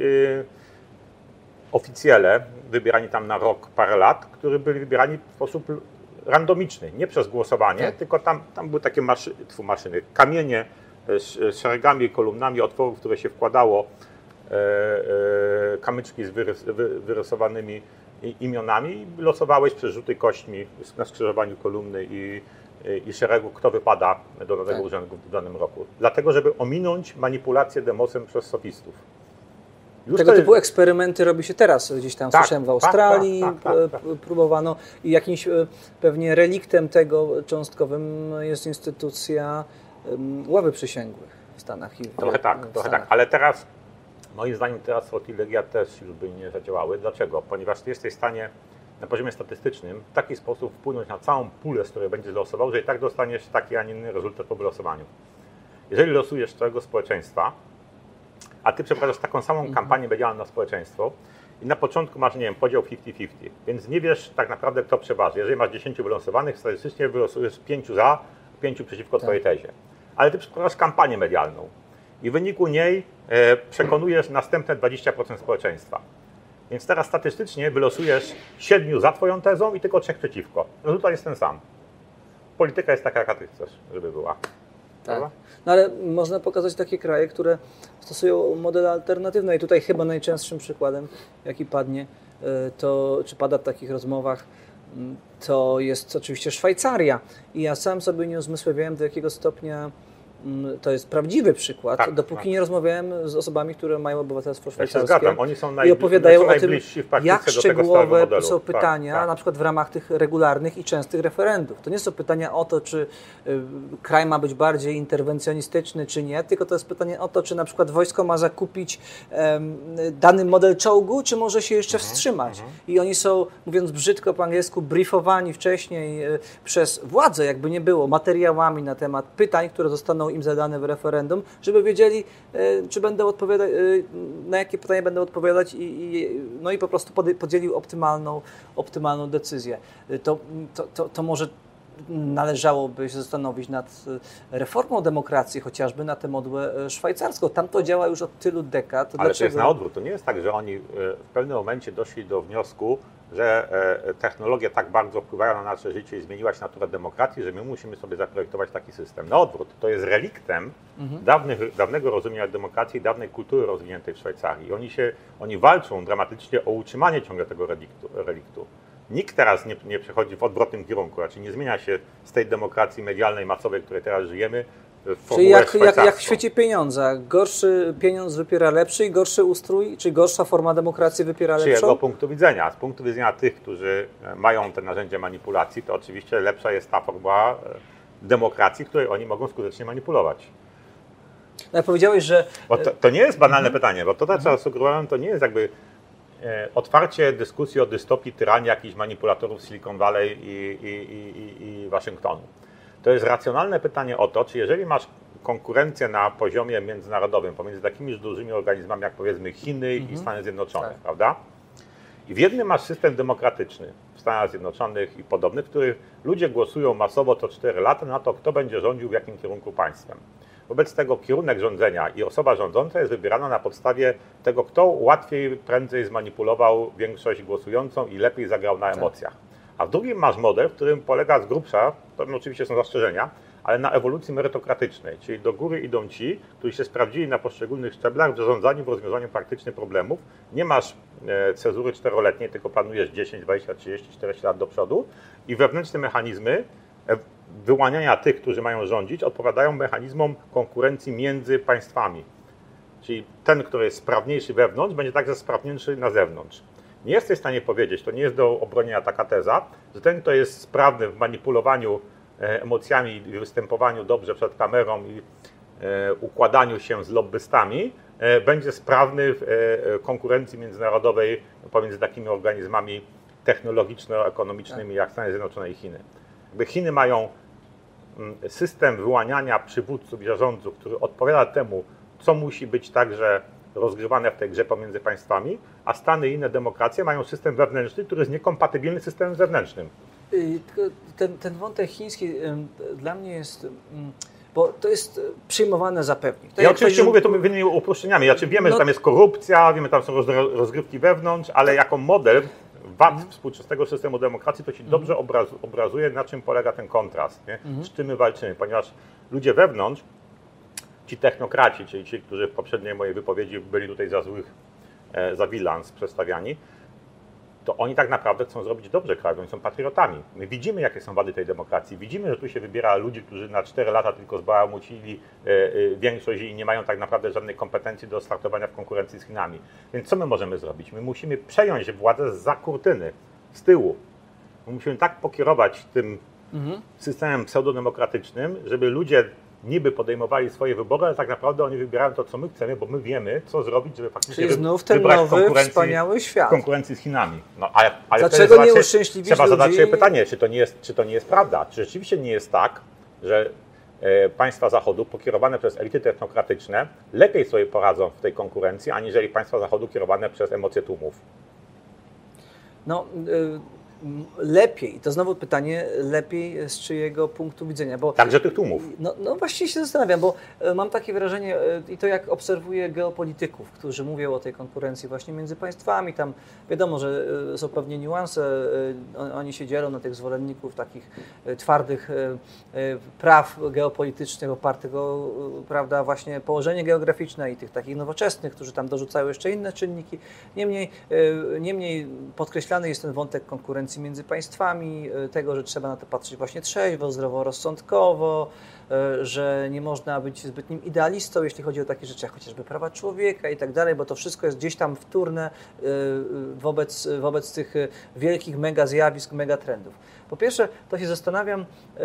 oficjele, wybierani tam na rok, parę lat, którzy byli wybierani w sposób randomiczny, nie przez głosowanie, tylko tam były takie maszyny, kamienie z szeregami i kolumnami otworów, w które się wkładało kamyczki z wyrysowanymi imionami i losowałeś przez rzuty kośćmi na skrzyżowaniu kolumny i szeregu, kto wypada do danego urzędu w danym roku. Dlatego, żeby ominąć manipulację demosem przez sofistów. Tego typu eksperymenty robi się teraz. Gdzieś tam słyszałem w Australii, próbowano i jakimś pewnie reliktem tego cząstkowym jest instytucja ławy przysięgłych w Stanach. Trochę tak. Ale teraz, moim zdaniem, teraz sortilegia też już by nie zadziałały. Dlaczego? Ponieważ ty jesteś w stanie na poziomie statystycznym w taki sposób wpłynąć na całą pulę, z której będziesz losował, że i tak dostaniesz taki, a nie inny rezultat po wylosowaniu. Jeżeli losujesz całego społeczeństwa, a ty przeprowadzasz taką samą kampanię medialną na społeczeństwo i na początku masz, nie wiem, podział 50-50, więc nie wiesz tak naprawdę, kto przeważy. Jeżeli masz 10 wylosowanych, statystycznie wylosujesz 5 za, 5 przeciwko twojej tezie. Ale ty przeprowadzasz kampanię medialną i w wyniku niej przekonujesz następne 20% społeczeństwa. Więc teraz statystycznie wylosujesz 7 za twoją tezą i tylko 3 przeciwko. Rezultat jest ten sam. Polityka jest taka, jaka ty chcesz, żeby była. Tak. No ale można pokazać takie kraje, które stosują modele alternatywne i tutaj chyba najczęstszym przykładem, jaki padnie, czy pada w takich rozmowach, to jest oczywiście Szwajcaria. I ja sam sobie nie uzmysławiałem, do jakiego stopnia to jest prawdziwy przykład, dopóki nie rozmawiałem z osobami, które mają obywatelstwo szwajcarskie. Ja się zgadzam. Oni są i opowiadają o tym, jak szczegółowe są pytania, na przykład w ramach tych regularnych i częstych referendów. To nie są pytania o to, czy kraj ma być bardziej interwencjonistyczny, czy nie, tylko to jest pytanie o to, czy na przykład wojsko ma zakupić dany model czołgu, czy może się jeszcze wstrzymać. I oni są, mówiąc brzydko po angielsku, briefowani wcześniej przez władzę, jakby nie było, materiałami na temat pytań, które zostaną im zadane w referendum, żeby wiedzieli, czy będą odpowiadać, na jakie pytania będą odpowiadać no i po prostu podzielił optymalną decyzję. To może należałoby się zastanowić nad reformą demokracji, chociażby na tę modłę szwajcarską. Tam to działa już od tylu dekad. Ale to jest na odwrót. To nie jest tak, że oni w pewnym momencie doszli do wniosku, że technologie tak bardzo wpływają na nasze życie i zmieniła się natura demokracji, że my musimy sobie zaprojektować taki system. Na odwrót. To jest reliktem dawnego rozumienia demokracji i dawnej kultury rozwiniętej w Szwajcarii. Oni walczą dramatycznie o utrzymanie ciągle tego reliktu. Nikt teraz nie przechodzi w odwrotnym kierunku, raczej nie zmienia się z tej demokracji medialnej, masowej, w której teraz żyjemy, czyli jak w świecie pieniądza. Gorszy pieniądz wypiera lepszy i gorszy ustrój, czy gorsza forma demokracji wypiera lepszą? Z jego punktu widzenia. Z punktu widzenia tych, którzy mają te narzędzia manipulacji, to oczywiście lepsza jest ta forma demokracji, której oni mogą skutecznie manipulować. No jak powiedziałeś, że... Bo to nie jest banalne pytanie, bo to, co sugerowałem, to nie jest jakby otwarcie dyskusji o dystopii, tyranii jakichś manipulatorów Silicon Valley i Waszyngtonu. To jest racjonalne pytanie o to, czy jeżeli masz konkurencję na poziomie międzynarodowym pomiędzy takimi już dużymi organizmami jak powiedzmy Chiny i Stany Zjednoczone, prawda? I w jednym masz system demokratyczny w Stanach Zjednoczonych i podobny, w którym ludzie głosują masowo co 4 lata na to, kto będzie rządził w jakim kierunku państwem. Wobec tego kierunek rządzenia i osoba rządząca jest wybierana na podstawie tego, kto łatwiej, prędzej zmanipulował większość głosującą i lepiej zagrał na emocjach. A w drugim masz model, w którym polega z grubsza, to oczywiście są zastrzeżenia, ale na ewolucji merytokratycznej, czyli do góry idą ci, którzy się sprawdzili na poszczególnych szczeblach w zarządzaniu, w rozwiązaniu praktycznych problemów. Nie masz cezury 4-letniej, tylko planujesz 10, 20, 30, 40 lat do przodu i wewnętrzne mechanizmy wyłaniania tych, którzy mają rządzić, odpowiadają mechanizmom konkurencji między państwami. Czyli ten, który jest sprawniejszy wewnątrz, będzie także sprawniejszy na zewnątrz. Nie jesteś w stanie powiedzieć, to nie jest do obronienia taka teza, że ten, kto jest sprawny w manipulowaniu emocjami i występowaniu dobrze przed kamerą i układaniu się z lobbystami, będzie sprawny w konkurencji międzynarodowej pomiędzy takimi organizmami technologiczno-ekonomicznymi jak Stany Zjednoczone i Chiny. Jakby Chiny mają system wyłaniania przywódców i zarządców, który odpowiada temu, co musi być także rozgrywane w tej grze pomiędzy państwami, a Stany i inne demokracje mają system wewnętrzny, który jest niekompatybilny z systemem zewnętrznym. Ten wątek chiński dla mnie jest, bo to jest przyjmowane za pewnik. Ja oczywiście mówię to między uproszczeniami. Wiemy, że tam jest korupcja, wiemy, że tam są rozgrywki wewnątrz, ale jako model współczesnego systemu demokracji to ci dobrze obrazuje, na czym polega ten kontrast, nie? Z czym my walczymy, ponieważ ludzie wewnątrz, ci technokraci, czyli ci, którzy w poprzedniej mojej wypowiedzi byli tutaj za bilans przedstawiani, to oni tak naprawdę chcą zrobić dobrze krajowi, oni są patriotami. My widzimy, jakie są wady tej demokracji, widzimy, że tu się wybiera ludzi, którzy na 4 lata tylko zbałamucili większość i nie mają tak naprawdę żadnej kompetencji do startowania w konkurencji z Chinami. Więc co my możemy zrobić? My musimy przejąć władzę zza kurtyny, z tyłu. My musimy tak pokierować tym systemem pseudodemokratycznym, żeby ludzie niby podejmowali swoje wybory, ale tak naprawdę oni wybierają to, co my chcemy, bo my wiemy, co zrobić, żeby faktycznie czyli znów ten nowy, wspaniały świat. W konkurencji z Chinami. No, ale dlaczego nie uszczęśliwić trzeba ludzi? zadać sobie pytanie, czy to nie jest prawda? Czy rzeczywiście nie jest tak, że państwa Zachodu pokierowane przez elity technokratyczne lepiej sobie poradzą w tej konkurencji, aniżeli państwa Zachodu kierowane przez emocje tłumów? No, lepiej, to znowu pytanie, lepiej z czyjego punktu widzenia? Bo, także tych tłumów. No właściwie się zastanawiam, bo mam takie wrażenie, i to jak obserwuję geopolityków, którzy mówią o tej konkurencji właśnie między państwami, tam wiadomo, że są pewnie niuanse, oni się dzielą na tych zwolenników takich twardych praw geopolitycznych opartych o, prawda, właśnie położenie geograficzne i tych takich nowoczesnych, którzy tam dorzucają jeszcze inne czynniki. Niemniej podkreślany jest ten wątek konkurencji między państwami, tego, że trzeba na to patrzeć właśnie trzeźwo, zdroworozsądkowo, że nie można być zbytnim idealistą, jeśli chodzi o takie rzeczy jak chociażby prawa człowieka i tak dalej, bo to wszystko jest gdzieś tam wtórne wobec tych wielkich mega zjawisk, mega trendów. Po pierwsze, to się zastanawiam,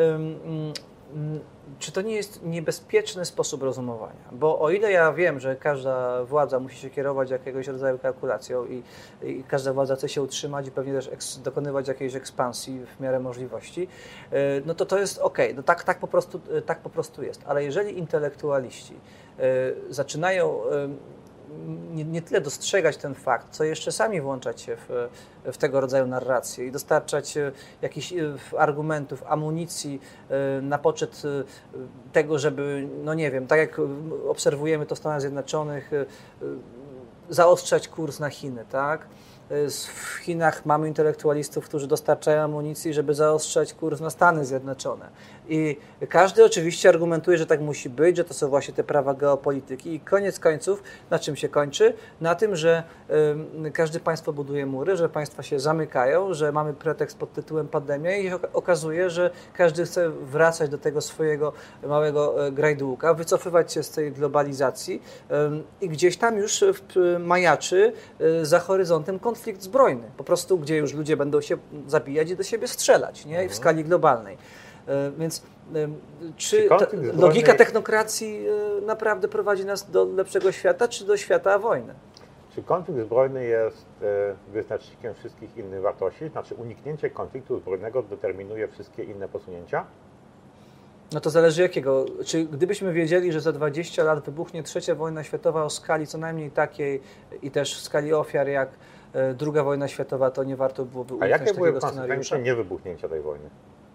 czy to nie jest niebezpieczny sposób rozumowania? Bo o ile ja wiem, że każda władza musi się kierować jakiegoś rodzaju kalkulacją i każda władza chce się utrzymać i pewnie też dokonywać jakiejś ekspansji w miarę możliwości, no to jest okej. No tak po prostu jest. Ale jeżeli intelektualiści zaczynają nie tyle dostrzegać ten fakt, co jeszcze sami włączać się w tego rodzaju narracje i dostarczać jakichś argumentów, amunicji na poczet tego, żeby, no nie wiem, tak jak obserwujemy to w Stanach Zjednoczonych, zaostrzać kurs na Chiny, tak? W Chinach mamy intelektualistów, którzy dostarczają amunicji, żeby zaostrzać kurs na Stany Zjednoczone. I każdy oczywiście argumentuje, że tak musi być, że to są właśnie te prawa geopolityki. I koniec końców, na czym się kończy? Na tym, że każde państwo buduje mury, że państwa się zamykają, że mamy pretekst pod tytułem pandemia i okazuje, że każdy chce wracać do tego swojego małego grajdółka, wycofywać się z tej globalizacji i gdzieś tam już majaczy za horyzontem konflikt zbrojny, po prostu gdzie już ludzie będą się zabijać i do siebie strzelać, nie? W skali globalnej. Więc czy logika technokracji naprawdę prowadzi nas do lepszego świata, czy do świata wojny? Czy konflikt zbrojny jest wyznacznikiem wszystkich innych wartości? Znaczy uniknięcie konfliktu zbrojnego determinuje wszystkie inne posunięcia? No to zależy jakiego. Czy gdybyśmy wiedzieli, że za 20 lat wybuchnie trzecia wojna światowa o skali co najmniej takiej i też w skali ofiar jak II wojna światowa, to nie warto byłoby uniknąć takiego scenariusza? A jakie były konsekwencje niewybuchnięcia tej wojny?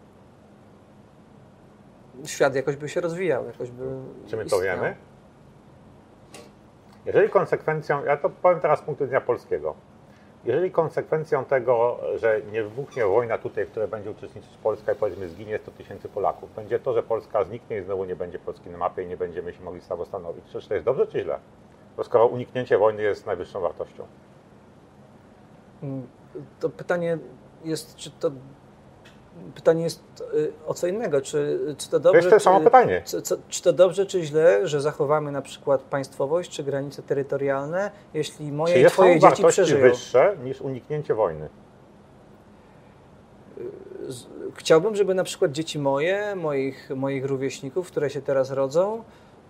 Świat jakoś by się rozwijał, jakoś by Czy my istniał. to wiemy? Jeżeli konsekwencją, ja to powiem teraz z punktu widzenia polskiego, jeżeli konsekwencją tego, że nie wybuchnie wojna tutaj, w której będzie uczestniczyć Polska i powiedzmy zginie 100 000 Polaków, będzie to, że Polska zniknie i znowu nie będzie Polski na mapie i nie będziemy się mogli samostanowić. Czy to jest dobrze, czy źle? Bo skoro uniknięcie wojny jest najwyższą wartością. To pytanie jest, pytanie jest o co innego, czy to dobrze, to jest to samo pytanie. Czy to dobrze, czy źle, że zachowamy na przykład państwowość, czy granice terytorialne, jeśli moje i twoje dzieci przeżyją? Wyższe niż uniknięcie wojny? Chciałbym, żeby na przykład dzieci moich rówieśników, które się teraz rodzą,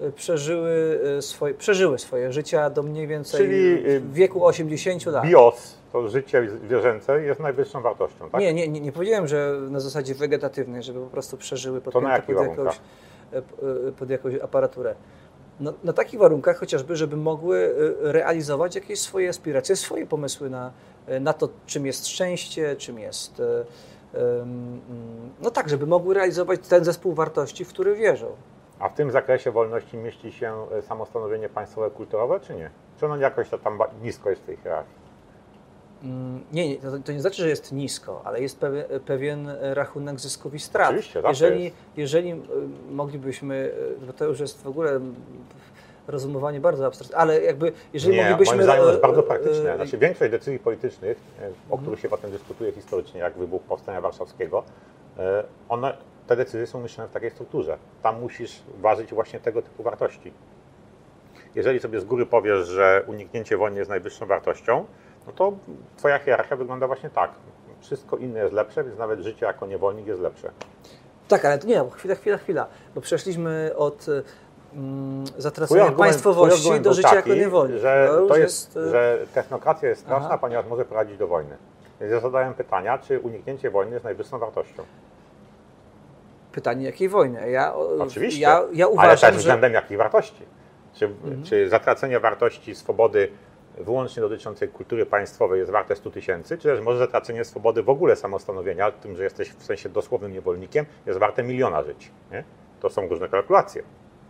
przeżyły swoje życia do mniej więcej w wieku 80 lat. BIOS, to życie zwierzęce, jest najwyższą wartością, tak? Nie powiedziałem, że na zasadzie wegetatywnej, żeby po prostu przeżyły pod jakąś aparaturę. No, na takich warunkach chociażby, żeby mogły realizować jakieś swoje aspiracje, swoje pomysły na to, czym jest szczęście, czym jest... No tak, żeby mogły realizować ten zespół wartości, w który wierzą. A w tym zakresie wolności mieści się samostanowienie państwowe, kulturowe, czy nie? Czy ono jakoś to tam nisko jest w tej hierarchii? Nie, to nie znaczy, że jest nisko, ale jest pewien rachunek zysków i strat. Oczywiście, tak jeżeli moglibyśmy, bo to już jest w ogóle rozumowanie bardzo abstrakcyjne, ale jakby, jeżeli Nie, moglibyśmy... moim zdaniem to jest bardzo praktyczne. Znaczy, większość decyzji politycznych, o których się potem dyskutuje historycznie, jak wybuch Powstania Warszawskiego, te decyzje są myślane w takiej strukturze. Tam musisz ważyć właśnie tego typu wartości. Jeżeli sobie z góry powiesz, że uniknięcie wojny jest najwyższą wartością, no to twoja hierarchia wygląda właśnie tak. Wszystko inne jest lepsze, więc nawet życie jako niewolnik jest lepsze. Tak, ale to nie, chwila, bo przeszliśmy od zatracenia państwowości do życia jako niewolnik. Że technokracja jest straszna, ponieważ może prowadzić do wojny. Więc ja zadałem pytania, czy uniknięcie wojny jest najwyższą wartością. Pytanie, jakiej wojny? Oczywiście, ja uważam, ale też względem jakich wartości? Czy zatracenie wartości swobody wyłącznie dotyczącej kultury państwowej jest warte 100 000, czy też może zatracenie swobody w ogóle samostanowienia, tym, że jesteś w sensie dosłownym niewolnikiem, jest warte 1 000 000 żyć. Nie? To są różne kalkulacje.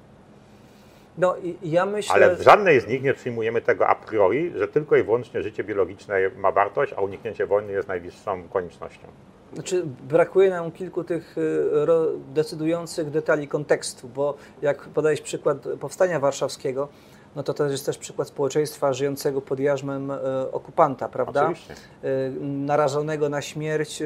No, ja myślę... Ale w żadnej z nich nie przyjmujemy tego a priori, że tylko i wyłącznie życie biologiczne ma wartość, a uniknięcie wojny jest najwyższą koniecznością. Znaczy, brakuje nam kilku tych decydujących detali kontekstu, bo jak podałeś przykład Powstania Warszawskiego, no to jest też przykład społeczeństwa żyjącego pod jarzmem okupanta, prawda? Oczywiście. Narażonego na śmierć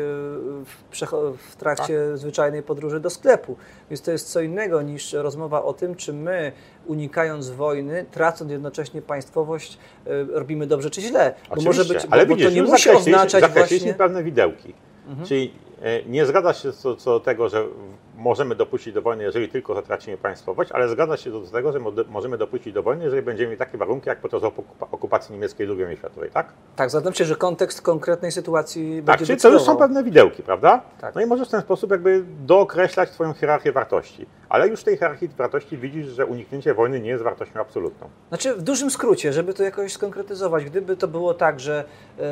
w trakcie zwyczajnej podróży do sklepu. Więc to jest co innego niż rozmowa o tym, czy my, unikając wojny, tracąc jednocześnie państwowość, robimy dobrze czy źle. Bo może być, ale bo widzisz, to nie musi oznaczać właśnie... pewne widełki. Czyli nie zgadza się co do tego, że możemy dopuścić do wojny, jeżeli tylko zatracimy państwowość, ale zgadza się do tego, że możemy dopuścić do wojny, jeżeli będziemy mieli takie warunki, jak podczas okupacji niemieckiej II wojny światowej, tak? Tak, zatem się, że kontekst konkretnej sytuacji tak, będzie czyli to już są pewne widełki, prawda? Tak. No i możesz w ten sposób jakby dookreślać twoją hierarchię wartości. Ale już w tej hierarchii wartości widzisz, że uniknięcie wojny nie jest wartością absolutną. Znaczy, w dużym skrócie, żeby to jakoś skonkretyzować, gdyby to było tak, że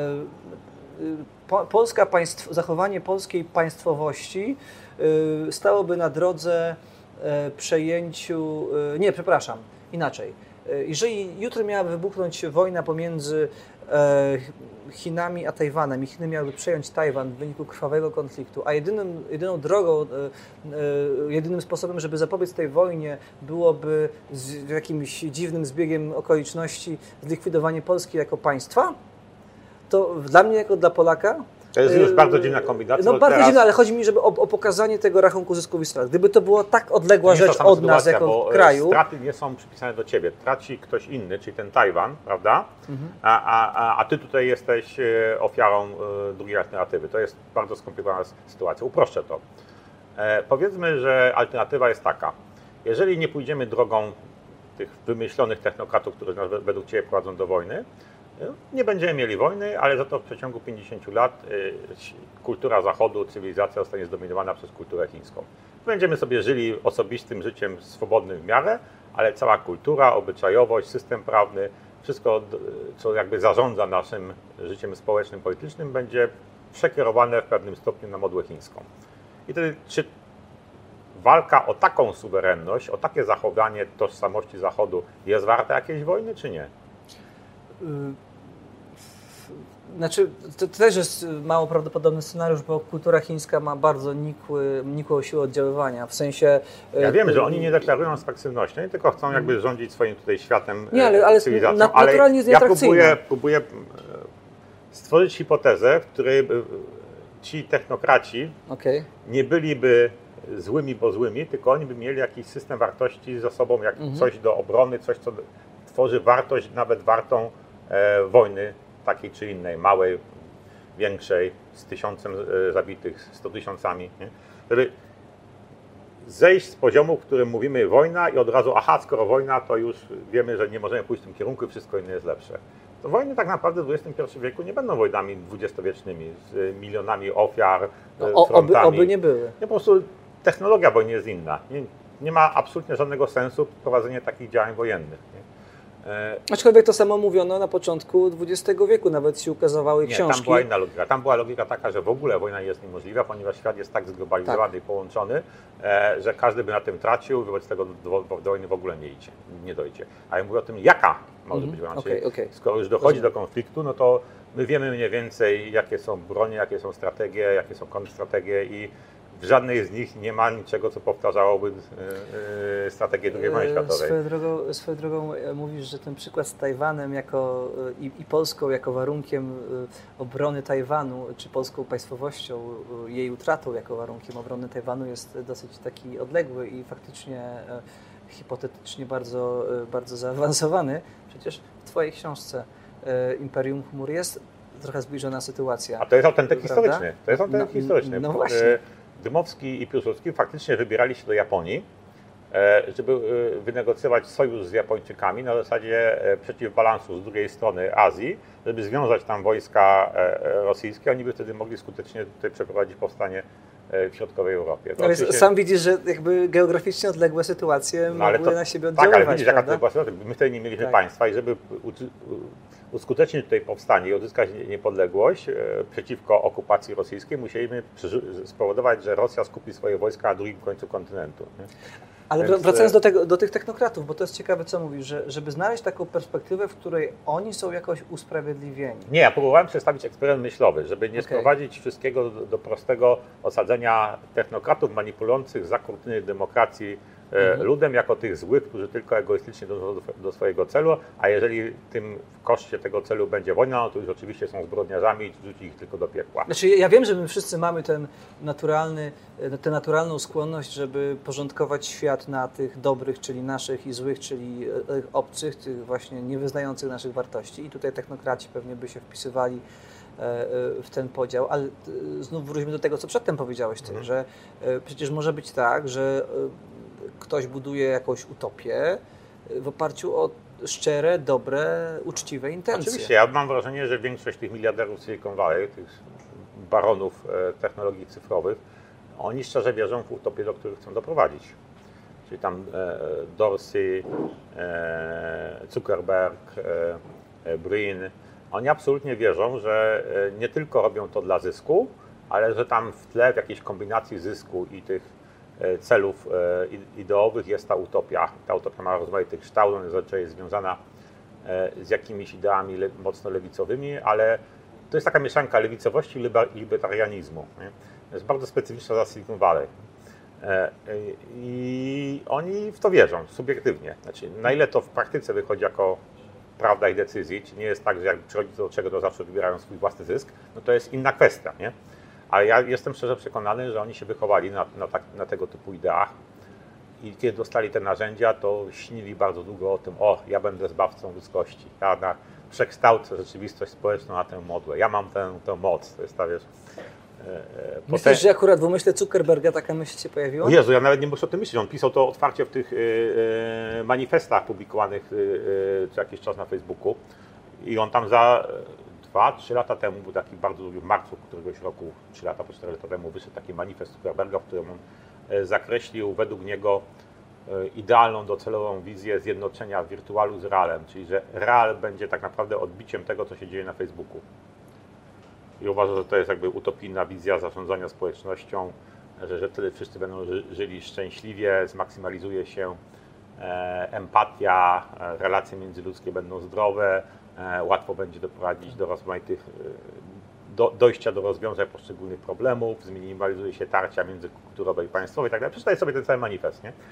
zachowanie polskiej państwowości stałoby na drodze przejęciu... Nie, przepraszam, inaczej. Jeżeli jutro miałaby wybuchnąć wojna pomiędzy Chinami a Tajwanem i Chiny miałyby przejąć Tajwan w wyniku krwawego konfliktu, a jedyną drogą, jedynym sposobem, żeby zapobiec tej wojnie byłoby jakimś dziwnym zbiegiem okoliczności zlikwidowanie Polski jako państwa, to dla mnie jako dla Polaka... To jest już bardzo dziwna kombinacja. No bardzo dziwna, ale chodzi mi, żeby o pokazanie tego rachunku zysków i strat. Gdyby to była tak odległa rzecz od nas jako kraju... Straty nie są przypisane do ciebie. Traci ktoś inny, czyli ten Tajwan, prawda? A ty tutaj jesteś ofiarą drugiej alternatywy. To jest bardzo skomplikowana sytuacja. Uproszczę to. Powiedzmy, że alternatywa jest taka. Jeżeli nie pójdziemy drogą tych wymyślonych technokratów, którzy nas według ciebie prowadzą do wojny, nie będziemy mieli wojny, ale za to w przeciągu 50 lat kultura Zachodu, cywilizacja zostanie zdominowana przez kulturę chińską. Będziemy sobie żyli osobistym życiem swobodnym w miarę, ale cała kultura, obyczajowość, system prawny, wszystko, co jakby zarządza naszym życiem społecznym, politycznym, będzie przekierowane w pewnym stopniu na modłę chińską. I wtedy, czy walka o taką suwerenność, o takie zachowanie tożsamości Zachodu jest warta jakiejś wojny, czy nie? Znaczy, to też jest mało prawdopodobny scenariusz, bo kultura chińska ma bardzo nikłą siłę oddziaływania, w sensie... Ja wiem, że oni nie deklarują abstrakcyjności, tylko chcą jakby rządzić swoim tutaj światem, nie, ale cywilizacją, naturalnie jest nieatrakcyjne. Ja próbuję stworzyć hipotezę, w której ci technokraci nie byliby złymi, bo złymi, tylko oni by mieli jakiś system wartości za sobą, jak coś do obrony, coś, co tworzy wartość nawet wartą wojny takiej czy innej, małej, większej, z 1000 zabitych, 100 000. Nie? Żeby zejść z poziomu, w którym mówimy wojna i od razu, aha, skoro wojna, to już wiemy, że nie możemy pójść w tym kierunku i wszystko inne jest lepsze. To wojny tak naprawdę w XXI wieku nie będą wojnami dwudziestowiecznymi, z milionami ofiar, frontami. Oby nie były. Nie, po prostu technologia wojny jest inna. Nie ma absolutnie żadnego sensu prowadzenie takich działań wojennych. Nie? Aczkolwiek to samo mówiono na początku XX wieku, nawet się ukazywały książki. Tam była inna logika. Tam była logika taka, że w ogóle wojna jest niemożliwa, ponieważ świat jest tak zglobalizowany i połączony, że każdy by na tym tracił, wobec tego do wojny w ogóle nie dojdzie. A ja mówię o tym, jaka może być wojna. Skoro już dochodzi do konfliktu, no to my wiemy mniej więcej, jakie są bronie, jakie są strategie, jakie są kontrstrategie i w żadnej z nich nie ma niczego, co powtarzałoby strategię II wojny światowej. Swoją drogą mówisz, że ten przykład z Tajwanem i Polską jako warunkiem obrony Tajwanu, czy polską państwowością, jej utratą jako warunkiem obrony Tajwanu jest dosyć taki odległy i faktycznie hipotetycznie bardzo, bardzo zaawansowany. Przecież w Twojej książce Imperium Chmur jest trochę zbliżona sytuacja. A to jest autentyk historyczny. To jest autentyk historyczny. No właśnie. Dmowski i Piłsudski faktycznie wybierali się do Japonii, żeby wynegocjować sojusz z Japończykami na zasadzie przeciwbalansu z drugiej strony Azji, żeby związać tam wojska rosyjskie. Oni by wtedy mogli skutecznie tutaj przeprowadzić powstanie w środkowej Europie. No oczywiście... Sam widzisz, że jakby geograficznie odległe sytuacje mogły na siebie oddziaływać. Tak, ale widzisz, jaka to była sytuacja. My wtedy nie mieliśmy państwa i żeby uskutecznić tutaj powstanie i odzyskać niepodległość przeciwko okupacji rosyjskiej, musieliśmy spowodować, że Rosja skupi swoje wojska na drugim końcu kontynentu. Ale wracając do tych technokratów, bo to jest ciekawe, co mówisz, że żeby znaleźć taką perspektywę, w której oni są jakoś usprawiedliwieni. Nie, ja próbowałem przedstawić eksperyment myślowy, żeby nie sprowadzić wszystkiego do prostego osadzenia technokratów manipulujących za kurtyny demokracji ludem jako tych złych, którzy tylko egoistycznie dążą do swojego celu, a jeżeli tym w koszcie tego celu będzie wojna, no to już oczywiście są zbrodniarzami i rzuci ich tylko do piekła. Znaczy, ja wiem, że my wszyscy mamy tę naturalną skłonność, żeby porządkować świat na tych dobrych, czyli naszych, i złych, czyli obcych, tych właśnie niewyznających naszych wartości. I tutaj technokraci pewnie by się wpisywali w ten podział, ale znów wróćmy do tego, co przedtem powiedziałeś ty, że przecież może być tak, że ktoś buduje jakąś utopię w oparciu o szczere, dobre, uczciwe intencje. Oczywiście, ja mam wrażenie, że większość tych miliarderów Silicon Valley, tych baronów technologii cyfrowych, oni szczerze wierzą w utopię, do których chcą doprowadzić. Czyli tam Dorsey, Zuckerberg, Brin, oni absolutnie wierzą, że nie tylko robią to dla zysku, ale że tam w tle w jakiejś kombinacji zysku i tych celów ideowych jest ta utopia. Ta utopia ma rozmaity kształt, ona zazwyczaj jest związana z jakimiś ideami mocno lewicowymi, ale to jest taka mieszanka lewicowości i libertarianizmu. Nie? To jest bardzo specyficzna za Silicon Valley. I oni w to wierzą, subiektywnie. Znaczy, na ile to w praktyce wychodzi jako prawda i decyzji, czy nie jest tak, że jak przychodzi do czego, to zawsze wybierają swój własny zysk, no to jest inna kwestia, nie? Ale ja jestem szczerze przekonany, że oni się wychowali na tego typu ideach i kiedy dostali te narzędzia, to śnili bardzo długo o tym, ja będę zbawcą ludzkości, ja przekształcę rzeczywistość społeczną na tę modłę, ja mam tę moc, to jest ta, wiesz... Myślisz, że akurat w umyśle Zuckerberga taka myśl się pojawiła? Jezu, ja nawet nie muszę o tym myśleć, on pisał to otwarcie w tych manifestach publikowanych co jakiś czas na Facebooku i on tam za 2-3 lata temu, był taki bardzo długi, w marcu któregoś roku, 3 lata po 4 lata temu wyszedł taki manifest Zuckerberga, w którym on zakreślił według niego idealną, docelową wizję zjednoczenia wirtualu z realem, czyli że real będzie tak naprawdę odbiciem tego, co się dzieje na Facebooku. I uważam, że to jest jakby utopijna wizja zarządzania społecznością, że wtedy wszyscy będą żyli szczęśliwie, zmaksymalizuje się empatia, relacje międzyludzkie będą zdrowe, łatwo będzie doprowadzić do rozmaitych, dojścia do rozwiązań poszczególnych problemów, zminimalizuje się tarcia międzykulturowe i państwowe i tak dalej. Przeczytaj sobie ten cały manifest, nie?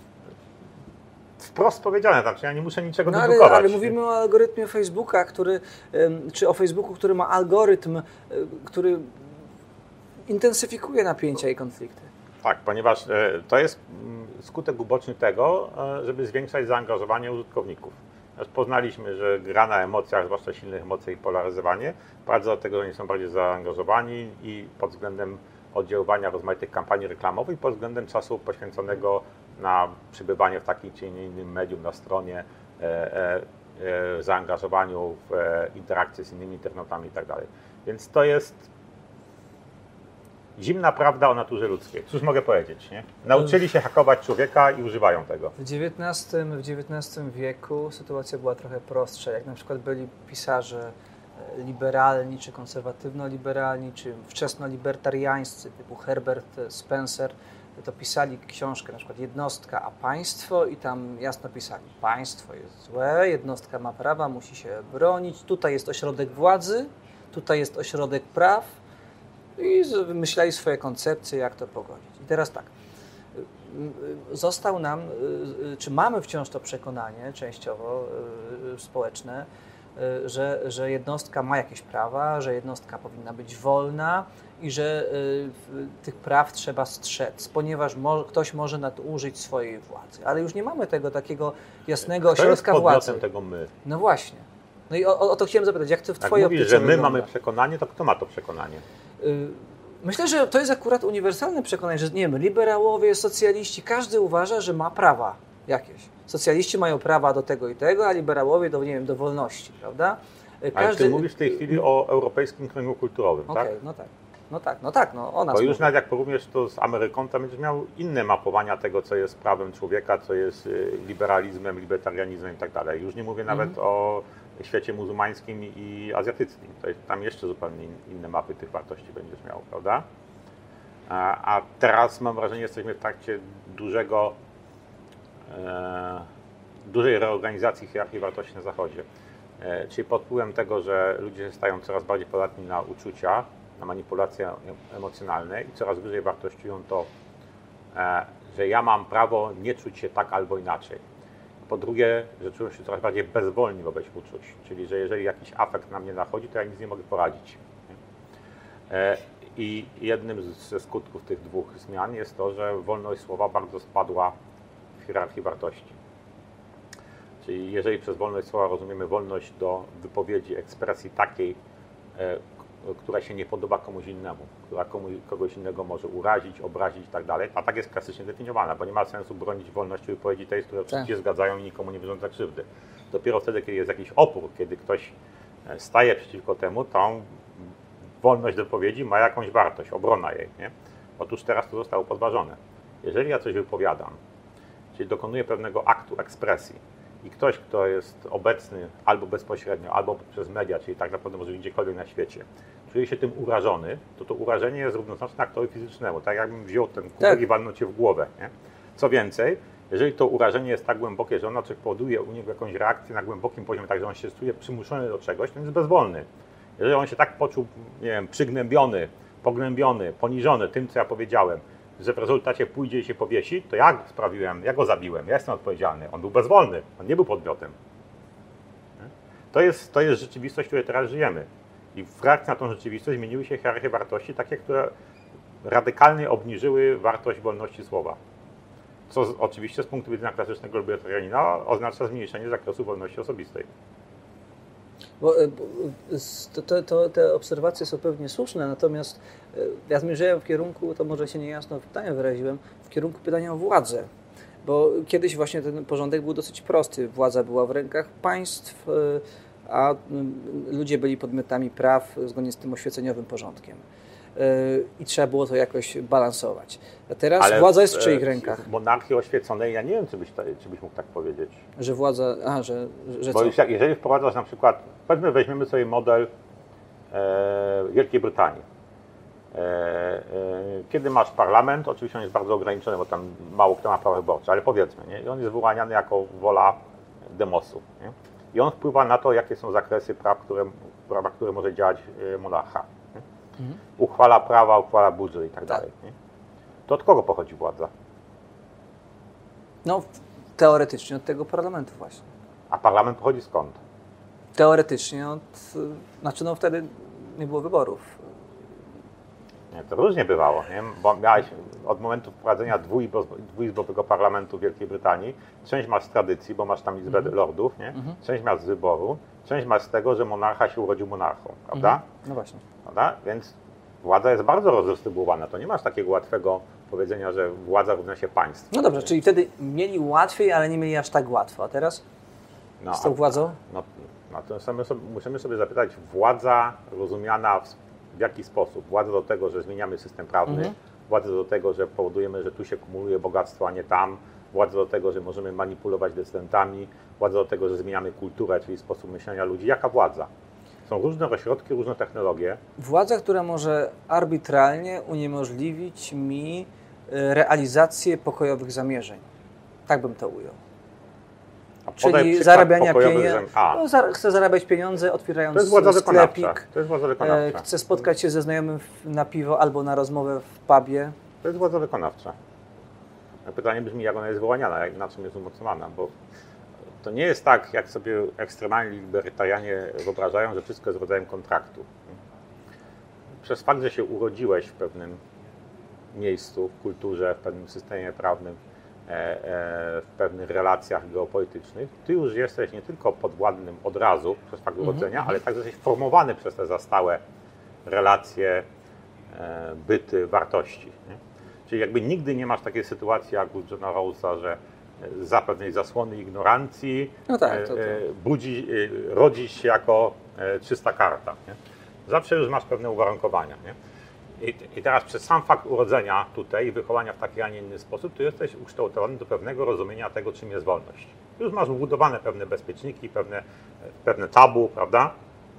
Wprost powiedziane, znaczy ja nie muszę niczego dedukować. Ale mówimy o algorytmie Facebooka, czy o Facebooku, który ma algorytm, który intensyfikuje napięcia i konflikty. Tak, ponieważ to jest skutek uboczny tego, żeby zwiększać zaangażowanie użytkowników. Poznaliśmy, że gra na emocjach, zwłaszcza silnych emocji i polaryzowanie, prowadzi do tego, że oni są bardziej zaangażowani i pod względem oddziaływania rozmaitych kampanii reklamowych, pod względem czasu poświęconego na przebywanie w takim czy innym medium, na stronie, zaangażowaniu w interakcje z innymi internautami itd. Więc to jest zimna prawda o naturze ludzkiej. Cóż mogę powiedzieć, nie? Nauczyli się hakować człowieka i używają tego. W XIX wieku sytuacja była trochę prostsza. Jak na przykład byli pisarze liberalni, czy konserwatywno-liberalni, czy wczesno-libertariańscy, typu Herbert Spencer, to pisali książkę, na przykład Jednostka, a państwo, i tam jasno pisali, państwo jest złe, jednostka ma prawa, musi się bronić, tutaj jest ośrodek władzy, tutaj jest ośrodek praw, I wymyślali swoje koncepcje, jak to pogodzić. I teraz tak, został nam, czy mamy wciąż to przekonanie częściowo społeczne, że jednostka ma jakieś prawa, że jednostka powinna być wolna i że tych praw trzeba strzec, ponieważ ktoś może nadużyć swojej władzy. Ale już nie mamy tego takiego jasnego ośrodka władzy. Kto jest podmiotem tego my? No właśnie. No i o to chciałem zapytać, jak to w Twojej optyce mówisz, że my wygląda? mamy przekonanie, to kto ma to przekonanie? Myślę, że to jest akurat uniwersalne przekonanie, że nie wiem, liberałowie, socjaliści, każdy uważa, że ma prawa jakieś. Socjaliści mają prawa do tego i tego, a liberałowie do, nie wiem, do wolności, prawda? Ale ty mówisz w tej chwili o europejskim kręgu kulturowym, tak? Okej, no tak, o nas Bo już mówi. nawet jak porównujesz to z Ameryką, to będziesz miał inne mapowania tego, co jest prawem człowieka, co jest liberalizmem, libertarianizmem i tak dalej. Już nie mówię nawet o świecie muzułmańskim i azjatyckim. To jest, tam jeszcze zupełnie inne mapy tych wartości będziesz miał, prawda? A teraz mam wrażenie, jesteśmy w trakcie dużej reorganizacji hierarchii wartości na Zachodzie. Czyli pod wpływem tego, że ludzie stają coraz bardziej podatni na uczucia, na manipulacje emocjonalne i coraz wyżej wartościują to, że ja mam prawo nie czuć się tak albo inaczej. Po drugie, że czują się coraz bardziej bezwolni wobec uczuć, czyli że jeżeli jakiś afekt na mnie nachodzi, to ja nic nie mogę poradzić. I jednym ze skutków tych dwóch zmian jest to, że wolność słowa bardzo spadła w hierarchii wartości. Czyli jeżeli przez wolność słowa rozumiemy wolność do wypowiedzi, ekspresji takiej, która się nie podoba komuś innemu, która kogoś innego może urazić, obrazić i tak dalej, a tak jest klasycznie definiowana, bo nie ma sensu bronić wolności wypowiedzi tej, które wszyscy się zgadzają i nikomu nie wyrządza krzywdy. Dopiero wtedy, kiedy jest jakiś opór, kiedy ktoś staje przeciwko temu, tą wolność wypowiedzi ma jakąś wartość, obrona jej. Nie? Otóż teraz to zostało podważone. Jeżeli ja coś wypowiadam, czyli dokonuję pewnego aktu ekspresji i ktoś, kto jest obecny albo bezpośrednio, albo przez media, czyli tak naprawdę może gdziekolwiek na świecie, czuje się tym urażony, to urażenie jest równoznaczne aktowi fizycznemu. Tak jakbym wziął ten kubek i walnął cię w głowę. Nie? Co więcej, jeżeli to urażenie jest tak głębokie, że ono powoduje u niego jakąś reakcję na głębokim poziomie, tak że on się czuje przymuszony do czegoś, to jest bezwolny. Jeżeli on się tak poczuł, nie wiem, przygnębiony, pognębiony, poniżony tym, co ja powiedziałem, że w rezultacie pójdzie i się powiesi, to ja sprawiłem, ja go zabiłem, ja jestem odpowiedzialny. On był bezwolny, on nie był podmiotem. To jest rzeczywistość, w której teraz żyjemy. I w reakcji na tą rzeczywistość zmieniły się hierarchie wartości, takie, które radykalnie obniżyły wartość wolności słowa. Co oczywiście z punktu widzenia klasycznego libertarianina oznacza zmniejszenie zakresu wolności osobistej. Te obserwacje są pewnie słuszne, natomiast ja zmierzałem w kierunku, to może się niejasno w pytaniu wyraziłem, w kierunku pytania o władzę. Bo kiedyś właśnie ten porządek był dosyć prosty. Władza była w rękach państw, a ludzie byli podmiotami praw zgodnie z tym oświeceniowym porządkiem. I trzeba było to jakoś balansować. A teraz władza jest w czyich rękach? W monarchii oświeconej, ja nie wiem, czy byś mógł tak powiedzieć. Że władza, że bo co? Już jeżeli wprowadzasz na przykład, weźmiemy sobie model Wielkiej Brytanii. Kiedy masz parlament, oczywiście on jest bardzo ograniczony, bo tam mało kto ma prawo wyborcze, ale powiedzmy, nie? I on jest wyłaniany jako wola demosu. Nie? I on wpływa na to, jakie są zakresy prawa, które może działać monarcha. Uchwala prawa, uchwala budżet i tak dalej. Nie? To od kogo pochodzi władza? No, teoretycznie od tego parlamentu właśnie. A parlament pochodzi skąd? Teoretycznie no wtedy nie było wyborów. Nie, to różnie bywało, nie? Bo miałeś od momentu wprowadzenia dwuizbowego parlamentu w Wielkiej Brytanii, część masz z tradycji, bo masz tam Izbę Lordów, nie? Część masz z wyboru, część masz z tego, że monarcha się urodził monarchą, prawda? No właśnie. Prawda? Więc władza jest bardzo rozdystrybuowana. To nie masz takiego łatwego powiedzenia, że władza równa się państwu. No dobrze, czyli wtedy mieli łatwiej, ale nie mieli aż tak łatwo. A teraz z tą władzą? To musimy sobie zapytać, władza rozumiana w jaki sposób? Władza do tego, że zmieniamy system prawny, władza do tego, że powodujemy, że tu się kumuluje bogactwo, a nie tam, władza do tego, że możemy manipulować decydentami, władza do tego, że zmieniamy kulturę, czyli sposób myślenia ludzi. Jaka władza? Są różne ośrodki, różne technologie. Władza, która może arbitralnie uniemożliwić mi realizację pokojowych zamierzeń. Tak bym to ujął. A Czyli zarabiania pieniędzy. Chce zarabiać pieniądze, otwierając sklepik. To jest władza wykonawcza. Chce spotkać się ze znajomym na piwo albo na rozmowę w pubie. To jest władza wykonawcza. Pytanie brzmi, jak ona jest wyłaniana, na czym jest umocowana, bo to nie jest tak, jak sobie ekstremalni libertarianie wyobrażają, że wszystko jest rodzajem kontraktu. Przez fakt, że się urodziłeś w pewnym miejscu, w kulturze, w pewnym systemie prawnym, w pewnych relacjach geopolitycznych, ty już jesteś nie tylko podwładnym od razu przez fakt urodzenia, ale także jesteś formowany przez te zastałe relacje, byty, wartości. Nie? Czyli jakby nigdy nie masz takiej sytuacji jak u Johna Rawlsa, że za pewnej zasłony ignorancji rodzisz się jako czysta karta. Nie? Zawsze już masz pewne uwarunkowania. Nie? I teraz przez sam fakt urodzenia tutaj i wychowania w taki, a nie inny sposób, to jesteś ukształtowany do pewnego rozumienia tego, czym jest wolność. Już masz wbudowane pewne bezpieczniki, pewne tabu, prawda?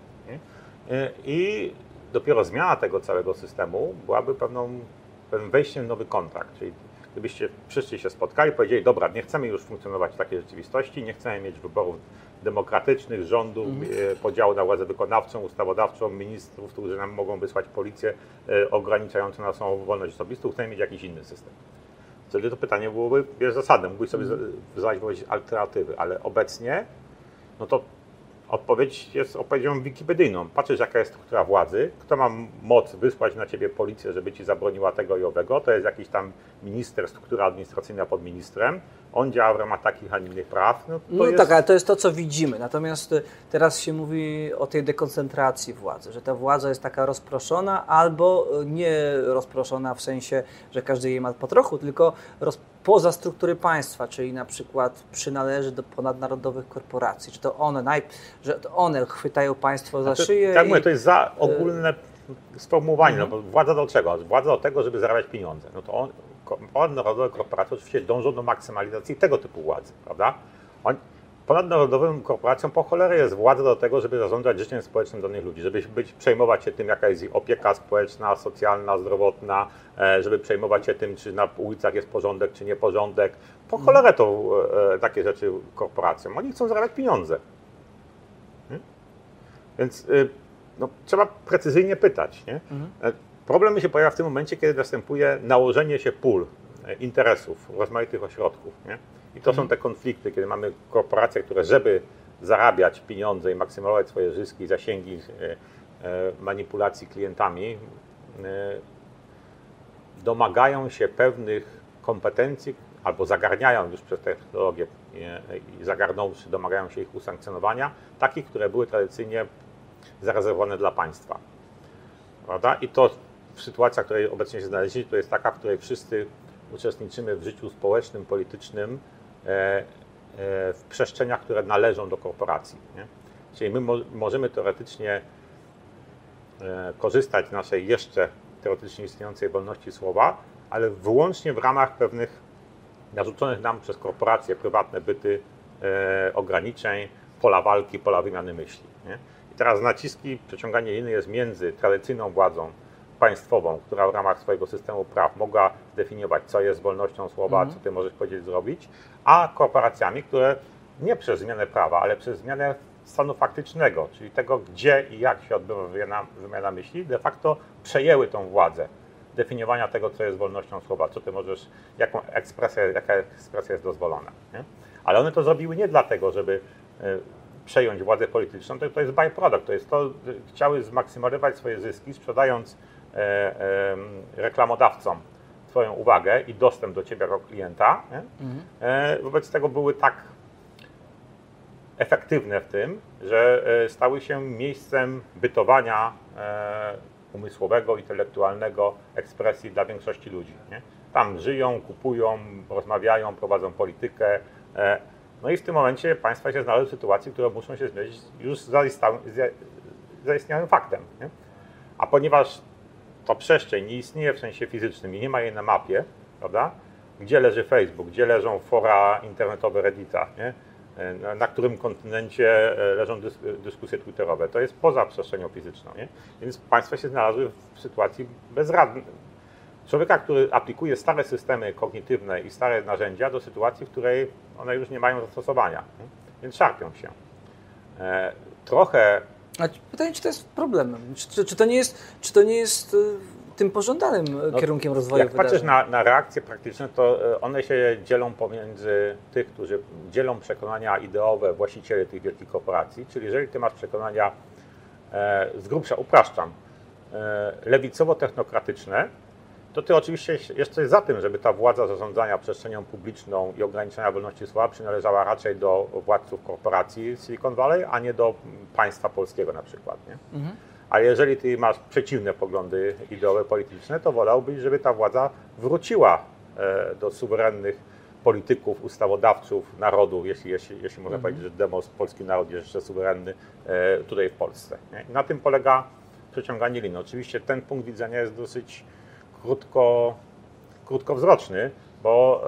I dopiero zmiana tego całego systemu byłaby pewnym wejściem w nowy kontrakt. Czyli gdybyście przyszli się spotkali, powiedzieli, dobra, nie chcemy już funkcjonować w takiej rzeczywistości, nie chcemy mieć wyborów demokratycznych, rządów, podziału na władzę wykonawczą, ustawodawczą, ministrów, którzy nam mogą wysłać policję ograniczającą naszą wolność osobistą, chcemy mieć jakiś inny system. Wtedy to pytanie byłoby zasadne, mógłbyś sobie zadać alternatywy, ale obecnie no to odpowiedź jest odpowiedzią wikipedyjną. Patrzysz, jaka jest struktura władzy, kto ma moc wysłać na ciebie policję, żeby ci zabroniła tego i owego. To jest jakiś tam minister, struktura administracyjna pod ministrem. On działa w ramach takich, a innych praw. Tak, ale to jest to, co widzimy. Natomiast teraz się mówi o tej dekoncentracji władzy, że ta władza jest taka rozproszona albo nie rozproszona w sensie, że każdy jej ma po trochu, tylko poza struktury państwa, czyli na przykład przynależy do ponadnarodowych korporacji, że to one chwytają państwo za szyję. Tak mówię, to jest za ogólne sformułowanie, no bo władza do czego? Władza do tego, żeby zarabiać pieniądze. No to ponadnarodowe korporacje oczywiście dążą do maksymalizacji tego typu władzy, prawda? Ponadnarodowym korporacjom po cholerę jest władza do tego, żeby zarządzać życiem społecznym danych ludzi, żeby przejmować się tym, jaka jest ich opieka społeczna, socjalna, zdrowotna, żeby przejmować się tym, czy na ulicach jest porządek, czy nieporządek. Po cholerę to takie rzeczy korporacjom. Oni chcą zarabiać pieniądze. Więc no, trzeba precyzyjnie pytać. Nie? Problem się pojawia w tym momencie, kiedy następuje nałożenie się pól interesów rozmaitych ośrodków. Nie? I to są te konflikty, kiedy mamy korporacje, które żeby zarabiać pieniądze i maksymalizować swoje zyski, zasięgi manipulacji klientami, domagają się pewnych kompetencji albo zagarniają już przez technologię i zagarnąwszy, domagają się ich usankcjonowania, takich, które były tradycyjnie zarezerwowane dla państwa. Prawda? I to w sytuacji, w której obecnie się znaleźliśmy, to jest taka, w której wszyscy uczestniczymy w życiu społecznym, politycznym, w przestrzeniach, które należą do korporacji. Nie? Czyli my możemy teoretycznie korzystać z naszej jeszcze teoretycznie istniejącej wolności słowa, ale wyłącznie w ramach pewnych narzuconych nam przez korporacje prywatne byty ograniczeń, pola walki, pola wymiany myśli. Nie? I teraz naciski, przeciąganie liny jest między tradycyjną władzą państwową, która w ramach swojego systemu praw mogła zdefiniować, co jest wolnością słowa, co ty możesz powiedzieć, zrobić, a korporacjami, które nie przez zmianę prawa, ale przez zmianę stanu faktycznego, czyli tego, gdzie i jak się odbywa wymiana myśli, de facto przejęły tą władzę definiowania tego, co jest wolnością słowa, co ty możesz, jaka ekspresja jest dozwolona. Nie? Ale one to zrobiły nie dlatego, żeby przejąć władzę polityczną, to jest byproduct, to jest to, chciały zmaksymalizować swoje zyski, sprzedając reklamodawcom swoją uwagę i dostęp do ciebie jako klienta. Wobec tego były tak efektywne w tym, że stały się miejscem bytowania umysłowego, intelektualnego, ekspresji dla większości ludzi. Nie? Tam żyją, kupują, rozmawiają, prowadzą politykę. No i w tym momencie państwa się znalazły w sytuacji, które muszą się zmierzyć już zaistniałym faktem. Nie? A ponieważ ta przestrzeń nie istnieje w sensie fizycznym i nie ma jej na mapie, prawda? Gdzie leży Facebook, gdzie leżą fora internetowe Reddita, nie? Na którym kontynencie leżą dyskusje twitterowe. To jest poza przestrzenią fizyczną. Nie? Więc państwa się znalazły w sytuacji bezradnej. Człowieka, który aplikuje stare systemy kognitywne i stare narzędzia do sytuacji, w której one już nie mają zastosowania. Nie? więc szarpią się. Trochę... A pytanie, czy to jest problemem? Czy to nie jest tym pożądanym kierunkiem rozwoju Jak wydarzeń? patrzysz na reakcje praktyczne, to one się dzielą pomiędzy tych, którzy dzielą przekonania ideowe właścicieli tych wielkich korporacji, czyli jeżeli ty masz przekonania, z grubsza upraszczam, lewicowo-technokratyczne, to ty oczywiście jesteś za tym, żeby ta władza zarządzania przestrzenią publiczną i ograniczania wolności słowa przynależała raczej do władców korporacji Silicon Valley, a nie do państwa polskiego na przykład. Nie? A jeżeli ty masz przeciwne poglądy ideowe, polityczne, to wolałbyś, żeby ta władza wróciła do suwerennych polityków, ustawodawców, narodu, jeśli można powiedzieć, że demos, polski naród jest jeszcze suwerenny tutaj w Polsce. Nie? I na tym polega przeciąganie liny. Oczywiście ten punkt widzenia jest dosyć krótkowzroczny, bo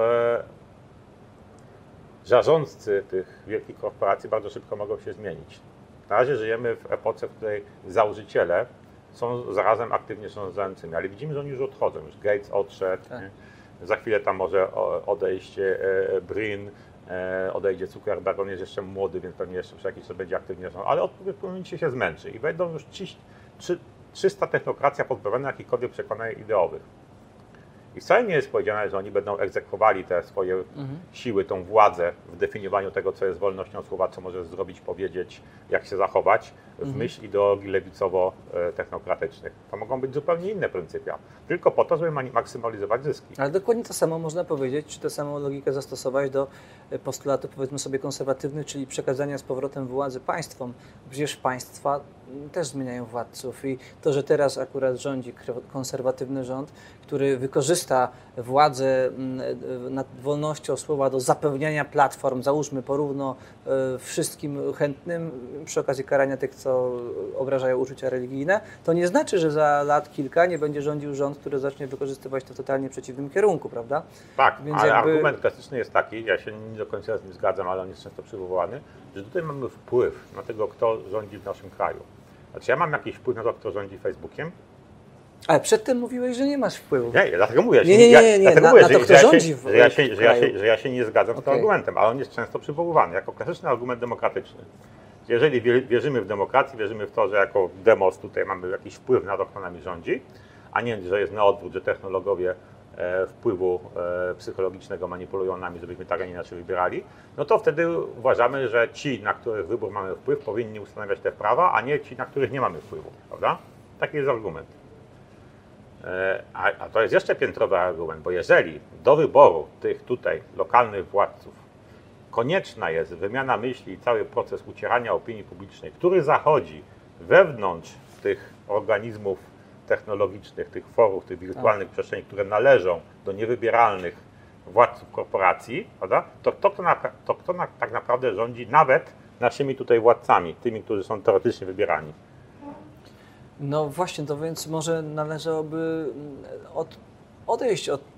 zarządcy tych wielkich korporacji bardzo szybko mogą się zmienić. Na razie żyjemy w epoce, w której założyciele są zarazem aktywnie rządzącymi, ale widzimy, że oni już odchodzą. Już Gates odszedł, tak. Za chwilę tam może odejść Brin, odejdzie Zuckerberg, on jest jeszcze młody, więc pewnie jeszcze przez jakiś czas będzie aktywnie rządził, ale w pewnym momencie się zmęczy i wejdą już czysta technokracja pozbawiona jakichkolwiek przekonań ideowych. I wcale nie jest powiedziane, że oni będą egzekwowali te swoje siły, tą władzę w definiowaniu tego, co jest wolnością słowa, co możesz zrobić, powiedzieć, jak się zachować w myśl ideologii lewicowo-technokratycznych. To mogą być zupełnie inne pryncypia, tylko po to, żeby maksymalizować zyski. Ale dokładnie to samo można powiedzieć, czy tę samą logikę zastosować do postulatu, powiedzmy sobie, konserwatywnych, czyli przekazania z powrotem władzy państwom. Przecież państwa też zmieniają władców i to, że teraz akurat rządzi konserwatywny rząd, który wykorzysta władzę nad wolnością słowa do zapełniania platform, załóżmy porówno wszystkim chętnym, przy okazji karania tych, co obrażają uczucia religijne, to nie znaczy, że za lat kilka nie będzie rządził rząd, który zacznie wykorzystywać to w totalnie przeciwnym kierunku, prawda? Tak, więc ale argument klasyczny jest taki, ja się nie do końca z nim zgadzam, ale on jest często przywoływany, że tutaj mamy wpływ na tego, kto rządzi w naszym kraju. Znaczy ja mam jakiś wpływ na to, kto rządzi Facebookiem? Ale przedtem mówiłeś, że nie masz wpływu. Nie, dlatego mówię, że ja się nie zgadzam z tym argumentem, ale on jest często przywoływany jako klasyczny argument demokratyczny. Jeżeli wierzymy w demokrację, wierzymy w to, że jako demos tutaj mamy jakiś wpływ na to, kto nami rządzi, a nie, że jest na odwrót, że technologowie wpływu psychologicznego manipulują nami, żebyśmy tak, a nie inaczej wybierali, no to wtedy uważamy, że ci, na których wybór mamy wpływ, powinni ustanawiać te prawa, a nie ci, na których nie mamy wpływu, prawda? Taki jest argument. A to jest jeszcze piętrowy argument, bo jeżeli do wyboru tych tutaj lokalnych władców konieczna jest wymiana myśli i cały proces ucierania opinii publicznej, który zachodzi wewnątrz tych organizmów technologicznych, tych forów, tych wirtualnych przestrzeni, które należą do niewybieralnych władców korporacji, prawda? To kto tak naprawdę rządzi nawet naszymi tutaj władcami, tymi, którzy są teoretycznie wybierani? No właśnie, to więc może należałoby odejść od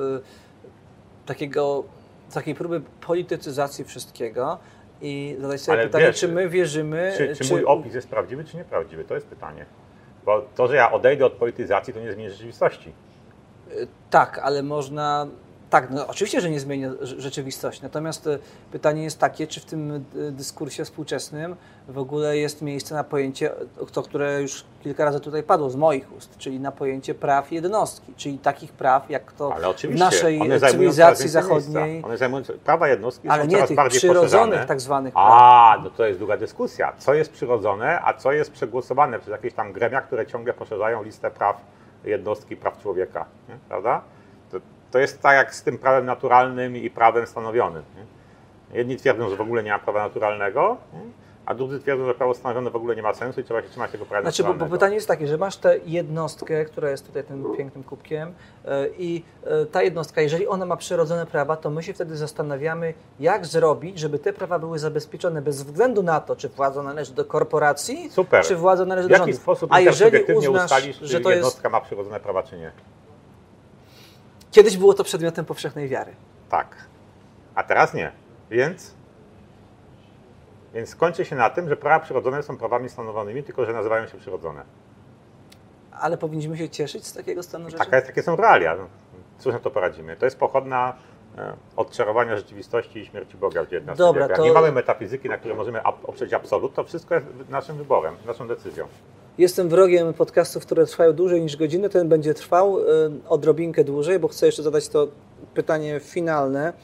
takiej próby politycyzacji wszystkiego i zadać sobie pytanie, wiesz, czy my wierzymy... Czy mój opis jest prawdziwy, czy nieprawdziwy? To jest pytanie. Bo to, że ja odejdę od polityzacji, to nie zmieni rzeczywistości. Tak, ale można... Tak, no oczywiście, że nie zmienia rzeczywistości. Natomiast pytanie jest takie, czy w tym dyskursie współczesnym w ogóle jest miejsce na pojęcie, to, które już kilka razy tutaj padło z moich ust, czyli na pojęcie praw jednostki, czyli takich praw, jak to w naszej cywilizacji zachodniej. One zajmują prawa jednostki, ale są nie coraz tych bardziej przyrodzonych tak zwanych praw. No to jest długa dyskusja. Co jest przyrodzone, a co jest przegłosowane przez jakieś tam gremia, które ciągle poszerzają listę praw jednostki, praw człowieka, nie? Prawda? To jest tak jak z tym prawem naturalnym i prawem stanowionym. Nie? Jedni twierdzą, że w ogóle nie ma prawa naturalnego, nie? A drudzy twierdzą, że prawo stanowione w ogóle nie ma sensu i trzeba się trzymać tego prawa naturalnego. Bo pytanie jest takie, że masz tę jednostkę, która jest tutaj tym pięknym kubkiem i ta jednostka, jeżeli ona ma przyrodzone prawa, to my się wtedy zastanawiamy, jak zrobić, żeby te prawa były zabezpieczone bez względu na to, czy władza należy do korporacji, czy władza należy do rządu. W jaki sposób subiektywnie ustalisz, czy jednostka ma przyrodzone prawa, czy nie? Kiedyś było to przedmiotem powszechnej wiary. Tak, a teraz nie. Więc skończy się na tym, że prawa przyrodzone są prawami stanowanymi, tylko że nazywają się przyrodzone. Ale powinniśmy się cieszyć z takiego stanu rzeczy? Takie są realia. Cóż na to poradzimy? To jest pochodna odczarowania rzeczywistości i śmierci Boga w XIX Dobra, wieku. Jak nie mamy metafizyki, na której możemy oprzeć absolut, to wszystko jest naszym wyborem, naszą decyzją. Jestem wrogiem podcastów, które trwają dłużej niż godzinę. Ten będzie trwał odrobinkę dłużej, bo chcę jeszcze zadać to pytanie finalne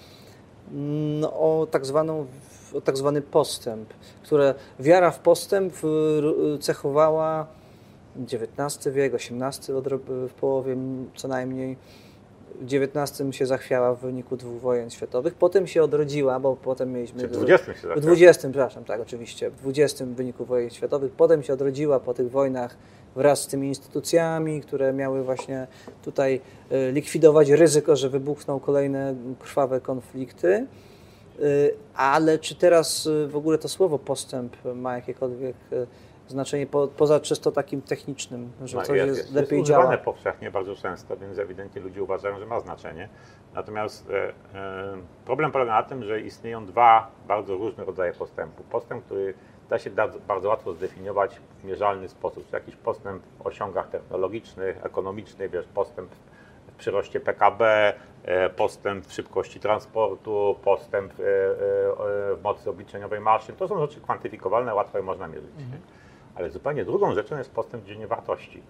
o tak zwany postęp, które wiara w postęp cechowała XIX wiek, XVIII w połowie co najmniej. W XIX się zachwiała w wyniku 2 wojen światowych, potem się odrodziła, bo potem mieliśmy... W XX się zachwiała. W XX, przepraszam, tak, oczywiście. W XX w wyniku wojen światowych, potem się odrodziła po tych wojnach wraz z tymi instytucjami, które miały właśnie tutaj likwidować ryzyko, że wybuchną kolejne krwawe konflikty. Ale czy teraz w ogóle to słowo postęp ma jakiekolwiek znaczenie poza czysto takim technicznym, że coś jest lepiej działa? Jest używane powszechnie bardzo często, więc ewidentnie ludzie uważają, że ma znaczenie. Natomiast problem polega na tym, że istnieją 2 bardzo różne rodzaje postępu. Postęp, który da się bardzo łatwo zdefiniować w mierzalny sposób. Czy jakiś postęp w osiągach technologicznych, ekonomicznych, postęp w przyroście PKB, postęp w szybkości transportu, postęp w mocy obliczeniowej maszyn. To są rzeczy kwantyfikowalne, łatwo je można mierzyć. Ale zupełnie drugą rzeczą jest postęp w dziedzinie wartości.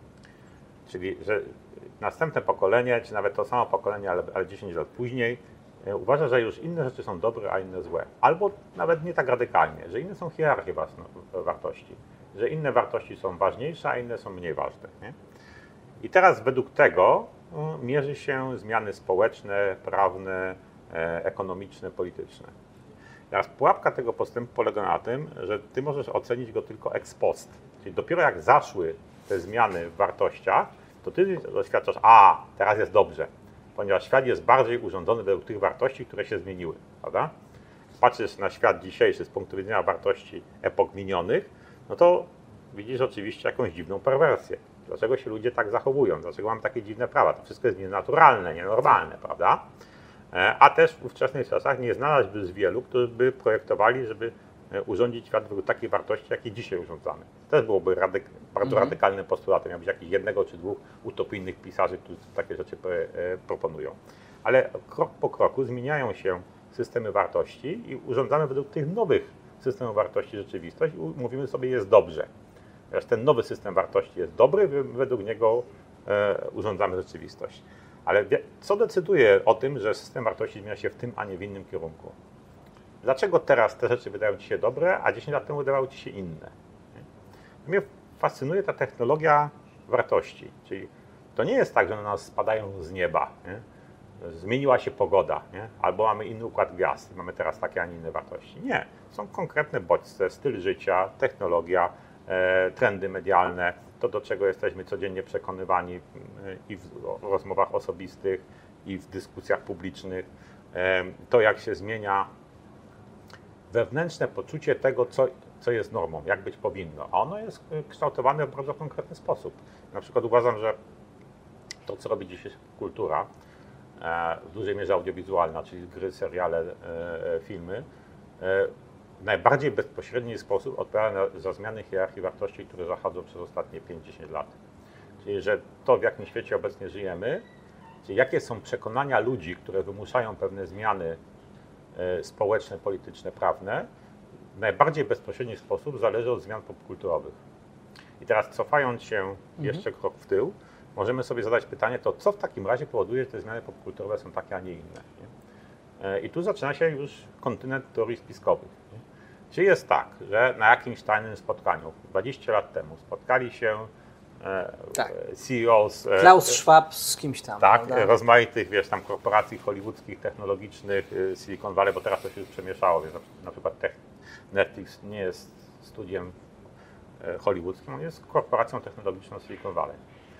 Czyli, że następne pokolenie, czy nawet to samo pokolenie, ale 10 lat później, uważa, że już inne rzeczy są dobre, a inne złe. Albo nawet nie tak radykalnie, że inne są hierarchie wartości. Że inne wartości są ważniejsze, a inne są mniej ważne. Nie? I teraz według tego mierzy się zmiany społeczne, prawne, ekonomiczne, polityczne. Teraz pułapka tego postępu polega na tym, że ty możesz ocenić go tylko ex post. Czyli dopiero jak zaszły te zmiany w wartościach, to ty doświadczasz, teraz jest dobrze. Ponieważ świat jest bardziej urządzony według tych wartości, które się zmieniły. Prawda? Patrzysz na świat dzisiejszy z punktu widzenia wartości epok minionych, no to widzisz oczywiście jakąś dziwną perwersję. Dlaczego się ludzie tak zachowują? Dlaczego mamy takie dziwne prawa? To wszystko jest nienaturalne, nienormalne, prawda? A też w ówczesnych czasach nie znalazłby z wielu, którzy by projektowali, żeby urządzić świat według takiej wartości, jakiej dzisiaj urządzamy. To też byłoby bardzo radykalnym postulatem. Miał być jakiś 1 czy 2 utopijnych pisarzy, którzy takie rzeczy proponują. Ale krok po kroku zmieniają się systemy wartości i urządzamy według tych nowych systemów wartości rzeczywistość i mówimy sobie, jest dobrze. Teraz ten nowy system wartości jest dobry, według niego urządzamy rzeczywistość. Ale co decyduje o tym, że system wartości zmienia się w tym, a nie w innym kierunku? Dlaczego teraz te rzeczy wydają ci się dobre, a 10 lat temu wydawały ci się inne? Mnie fascynuje ta technologia wartości. Czyli to nie jest tak, że na nas spadają z nieba. Nie? Zmieniła się pogoda, nie? Albo mamy inny układ gwiazd, mamy teraz takie, a nie inne wartości. Nie. Są konkretne bodźce, styl życia, technologia, trendy medialne, to do czego jesteśmy codziennie przekonywani i w rozmowach osobistych, i w dyskusjach publicznych, to jak się zmienia wewnętrzne poczucie tego, co jest normą, jak być powinno, a ono jest kształtowane w bardzo konkretny sposób. Na przykład uważam, że to, co robi dzisiaj kultura, w dużej mierze audiowizualna, czyli gry, seriale, filmy, w najbardziej bezpośredni sposób odpowiada za zmiany hierarchii wartości, które zachodzą przez ostatnie 5-10 lat. Czyli, że to, w jakim świecie obecnie żyjemy, czyli jakie są przekonania ludzi, które wymuszają pewne zmiany społeczne, polityczne, prawne, w najbardziej bezpośredni sposób zależy od zmian popkulturowych. I teraz cofając się jeszcze krok w tył, możemy sobie zadać pytanie, to co w takim razie powoduje, że te zmiany popkulturowe są takie, a nie inne? Nie? I tu zaczyna się już kontynent teorii spiskowych. Nie? Czy jest tak, że na jakimś tajnym spotkaniu 20 lat temu spotkali się CEOs... Klaus Schwab z kimś tam. Tak, prawda? rozmaitych, tam korporacji hollywoodzkich, technologicznych, Silicon Valley, bo teraz to się już przemieszało, więc na przykład Netflix nie jest studiem hollywoodzkim, on jest korporacją technologiczną Silicon Valley.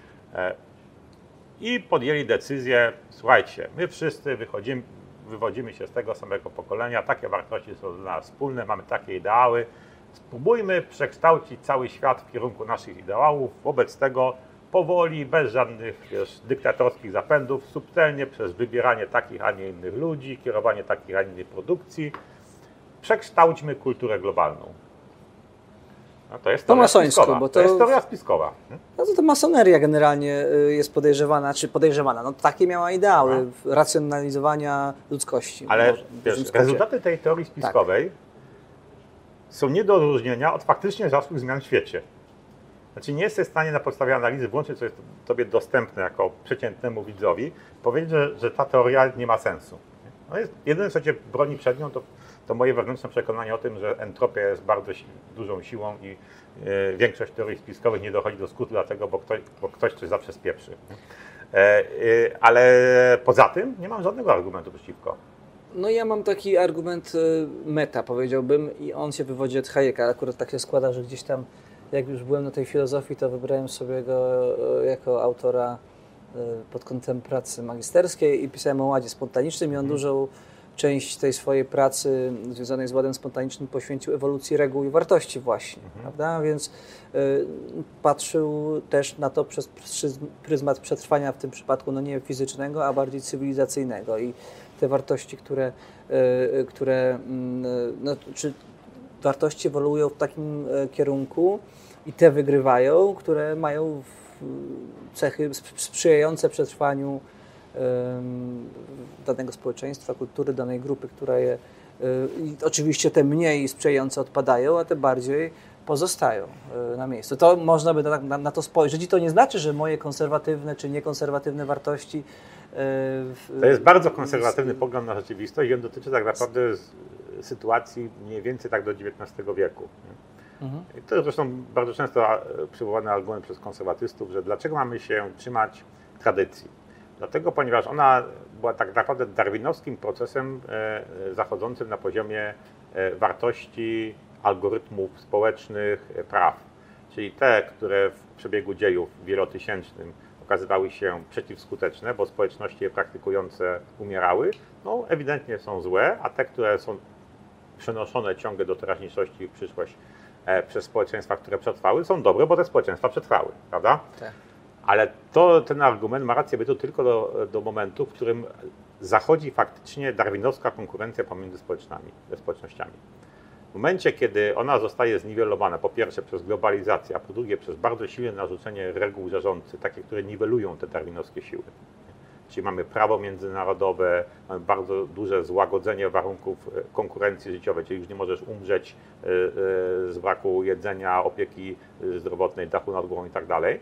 I podjęli decyzję, słuchajcie, my wszyscy wywodzimy się z tego samego pokolenia, takie wartości są dla nas wspólne, mamy takie ideały, spróbujmy przekształcić cały świat w kierunku naszych ideałów, wobec tego powoli, bez żadnych dyktatorskich zapędów, subtelnie przez wybieranie takich, a nie innych ludzi, kierowanie takich, a nie innych produkcji, przekształćmy kulturę globalną. No to jest po teoria masońsku, spiskowa. bo To jest teoria spiskowa. No to masoneria generalnie jest podejrzewana, no takie miała ideały racjonalizowania ludzkości. Ale w wiesz, dużym skrócie. rezultaty tej teorii spiskowej są nie do odróżnienia od faktycznie zaszłych zmian w świecie. Znaczy nie jesteś w stanie na podstawie analizy włączyć, co jest Tobie dostępne jako przeciętnemu widzowi, powiedzieć, że ta teoria nie ma sensu. No jedyne, co Cię broni przed nią, to moje wewnętrzne przekonanie o tym, że entropia jest bardzo dużą siłą i większość teorii spiskowych nie dochodzi do skutku, dlatego, bo ktoś coś zawsze spieprzy. Ale poza tym nie mam żadnego argumentu przeciwko. No ja mam taki argument meta, powiedziałbym, i on się wywodzi od Hayeka. Akurat tak się składa, że gdzieś tam, jak już byłem na tej filozofii, to wybrałem sobie go jako autora pod kątem pracy magisterskiej i pisałem o ładzie spontanicznym i on dużą część tej swojej pracy związanej z ładem spontanicznym poświęcił ewolucji reguł i wartości właśnie, prawda? Więc patrzył też na to przez pryzmat przetrwania w tym przypadku, no nie fizycznego, a bardziej cywilizacyjnego i te wartości, czy wartości ewoluują w takim kierunku i te wygrywają, które mają cechy sprzyjające przetrwaniu danego społeczeństwa, kultury, danej grupy, która je... Oczywiście te mniej sprzyjające odpadają, a te bardziej pozostają na miejscu. To można by na to spojrzeć i to nie znaczy, że moje konserwatywne czy niekonserwatywne wartości... To jest bardzo konserwatywny pogląd na rzeczywistość i on dotyczy tak naprawdę sytuacji mniej więcej tak do XIX wieku. I to jest zresztą bardzo często przywołany argument przez konserwatystów, że dlaczego mamy się trzymać tradycji? Dlatego, ponieważ ona była tak naprawdę darwinowskim procesem zachodzącym na poziomie wartości, algorytmów społecznych, praw. Czyli te, które w przebiegu dziejów wielotysięcznym okazywały się przeciwskuteczne, bo społeczności je praktykujące umierały, no ewidentnie są złe, a te, które są przenoszone ciągle do teraźniejszości i w przyszłość przez społeczeństwa, które przetrwały, są dobre, bo te społeczeństwa przetrwały, prawda? Tak. Ale ten argument ma rację bytu tylko do momentu, w którym zachodzi faktycznie darwinowska konkurencja pomiędzy społecznościami. W momencie, kiedy ona zostaje zniwelowana, po pierwsze przez globalizację, a po drugie przez bardzo silne narzucenie reguł zarządcy, takie, które niwelują te darwinowskie siły. Czyli mamy prawo międzynarodowe, mamy bardzo duże złagodzenie warunków konkurencji życiowej, czyli już nie możesz umrzeć z braku jedzenia, opieki zdrowotnej, dachu nad głową i tak dalej.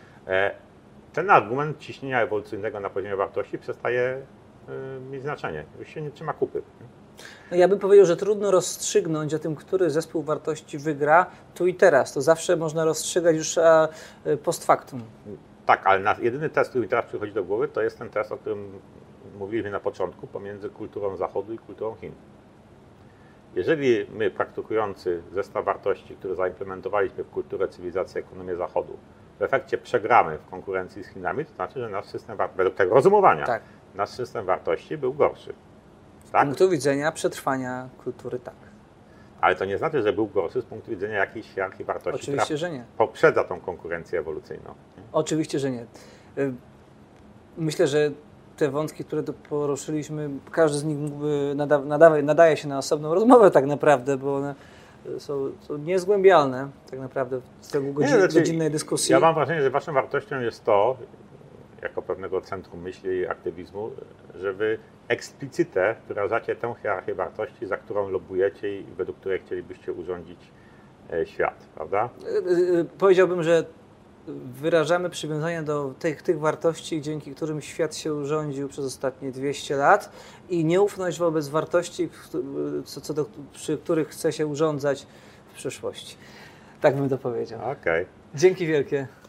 Ten argument ciśnienia ewolucyjnego na poziomie wartości przestaje mieć znaczenie. Już się nie trzyma kupy. No ja bym powiedział, że trudno rozstrzygnąć o tym, który zespół wartości wygra tu i teraz. To zawsze można rozstrzygać już post factum. Tak, ale jedyny test, który mi teraz przychodzi do głowy, to jest ten test, o którym mówiliśmy na początku, pomiędzy kulturą Zachodu i kulturą Chin. Jeżeli my, praktykujący zestaw wartości, które zaimplementowaliśmy w kulturę, cywilizację, ekonomię Zachodu, w efekcie przegramy w konkurencji z Chinami, to znaczy, że nasz system, według tego rozumowania, nasz system wartości był gorszy. Tak? Z punktu widzenia przetrwania kultury, tak. Ale to nie znaczy, że był gorszy z punktu widzenia jakiejś hierarchii wartości, oczywiście, że nie. Poprzedza tą konkurencję ewolucyjną. Nie? Oczywiście, że nie. Myślę, że te wątki, które tu poruszyliśmy, każdy z nich mógłby nadaje się na osobną rozmowę tak naprawdę, bo one są niezgłębialne tak naprawdę w ciągu godzinnej dyskusji. Ja mam wrażenie, że waszą wartością jest to, jako pewnego centrum myśli i aktywizmu, że wy eksplicite wyrażacie tę hierarchię wartości, za którą lobbujecie i według której chcielibyście urządzić świat, prawda? Powiedziałbym, że wyrażamy przywiązanie do tych wartości, dzięki którym świat się urządził przez ostatnie 200 lat i nieufność wobec wartości, przy których chce się urządzać w przyszłości. Tak bym to powiedział. Okej. Dzięki wielkie.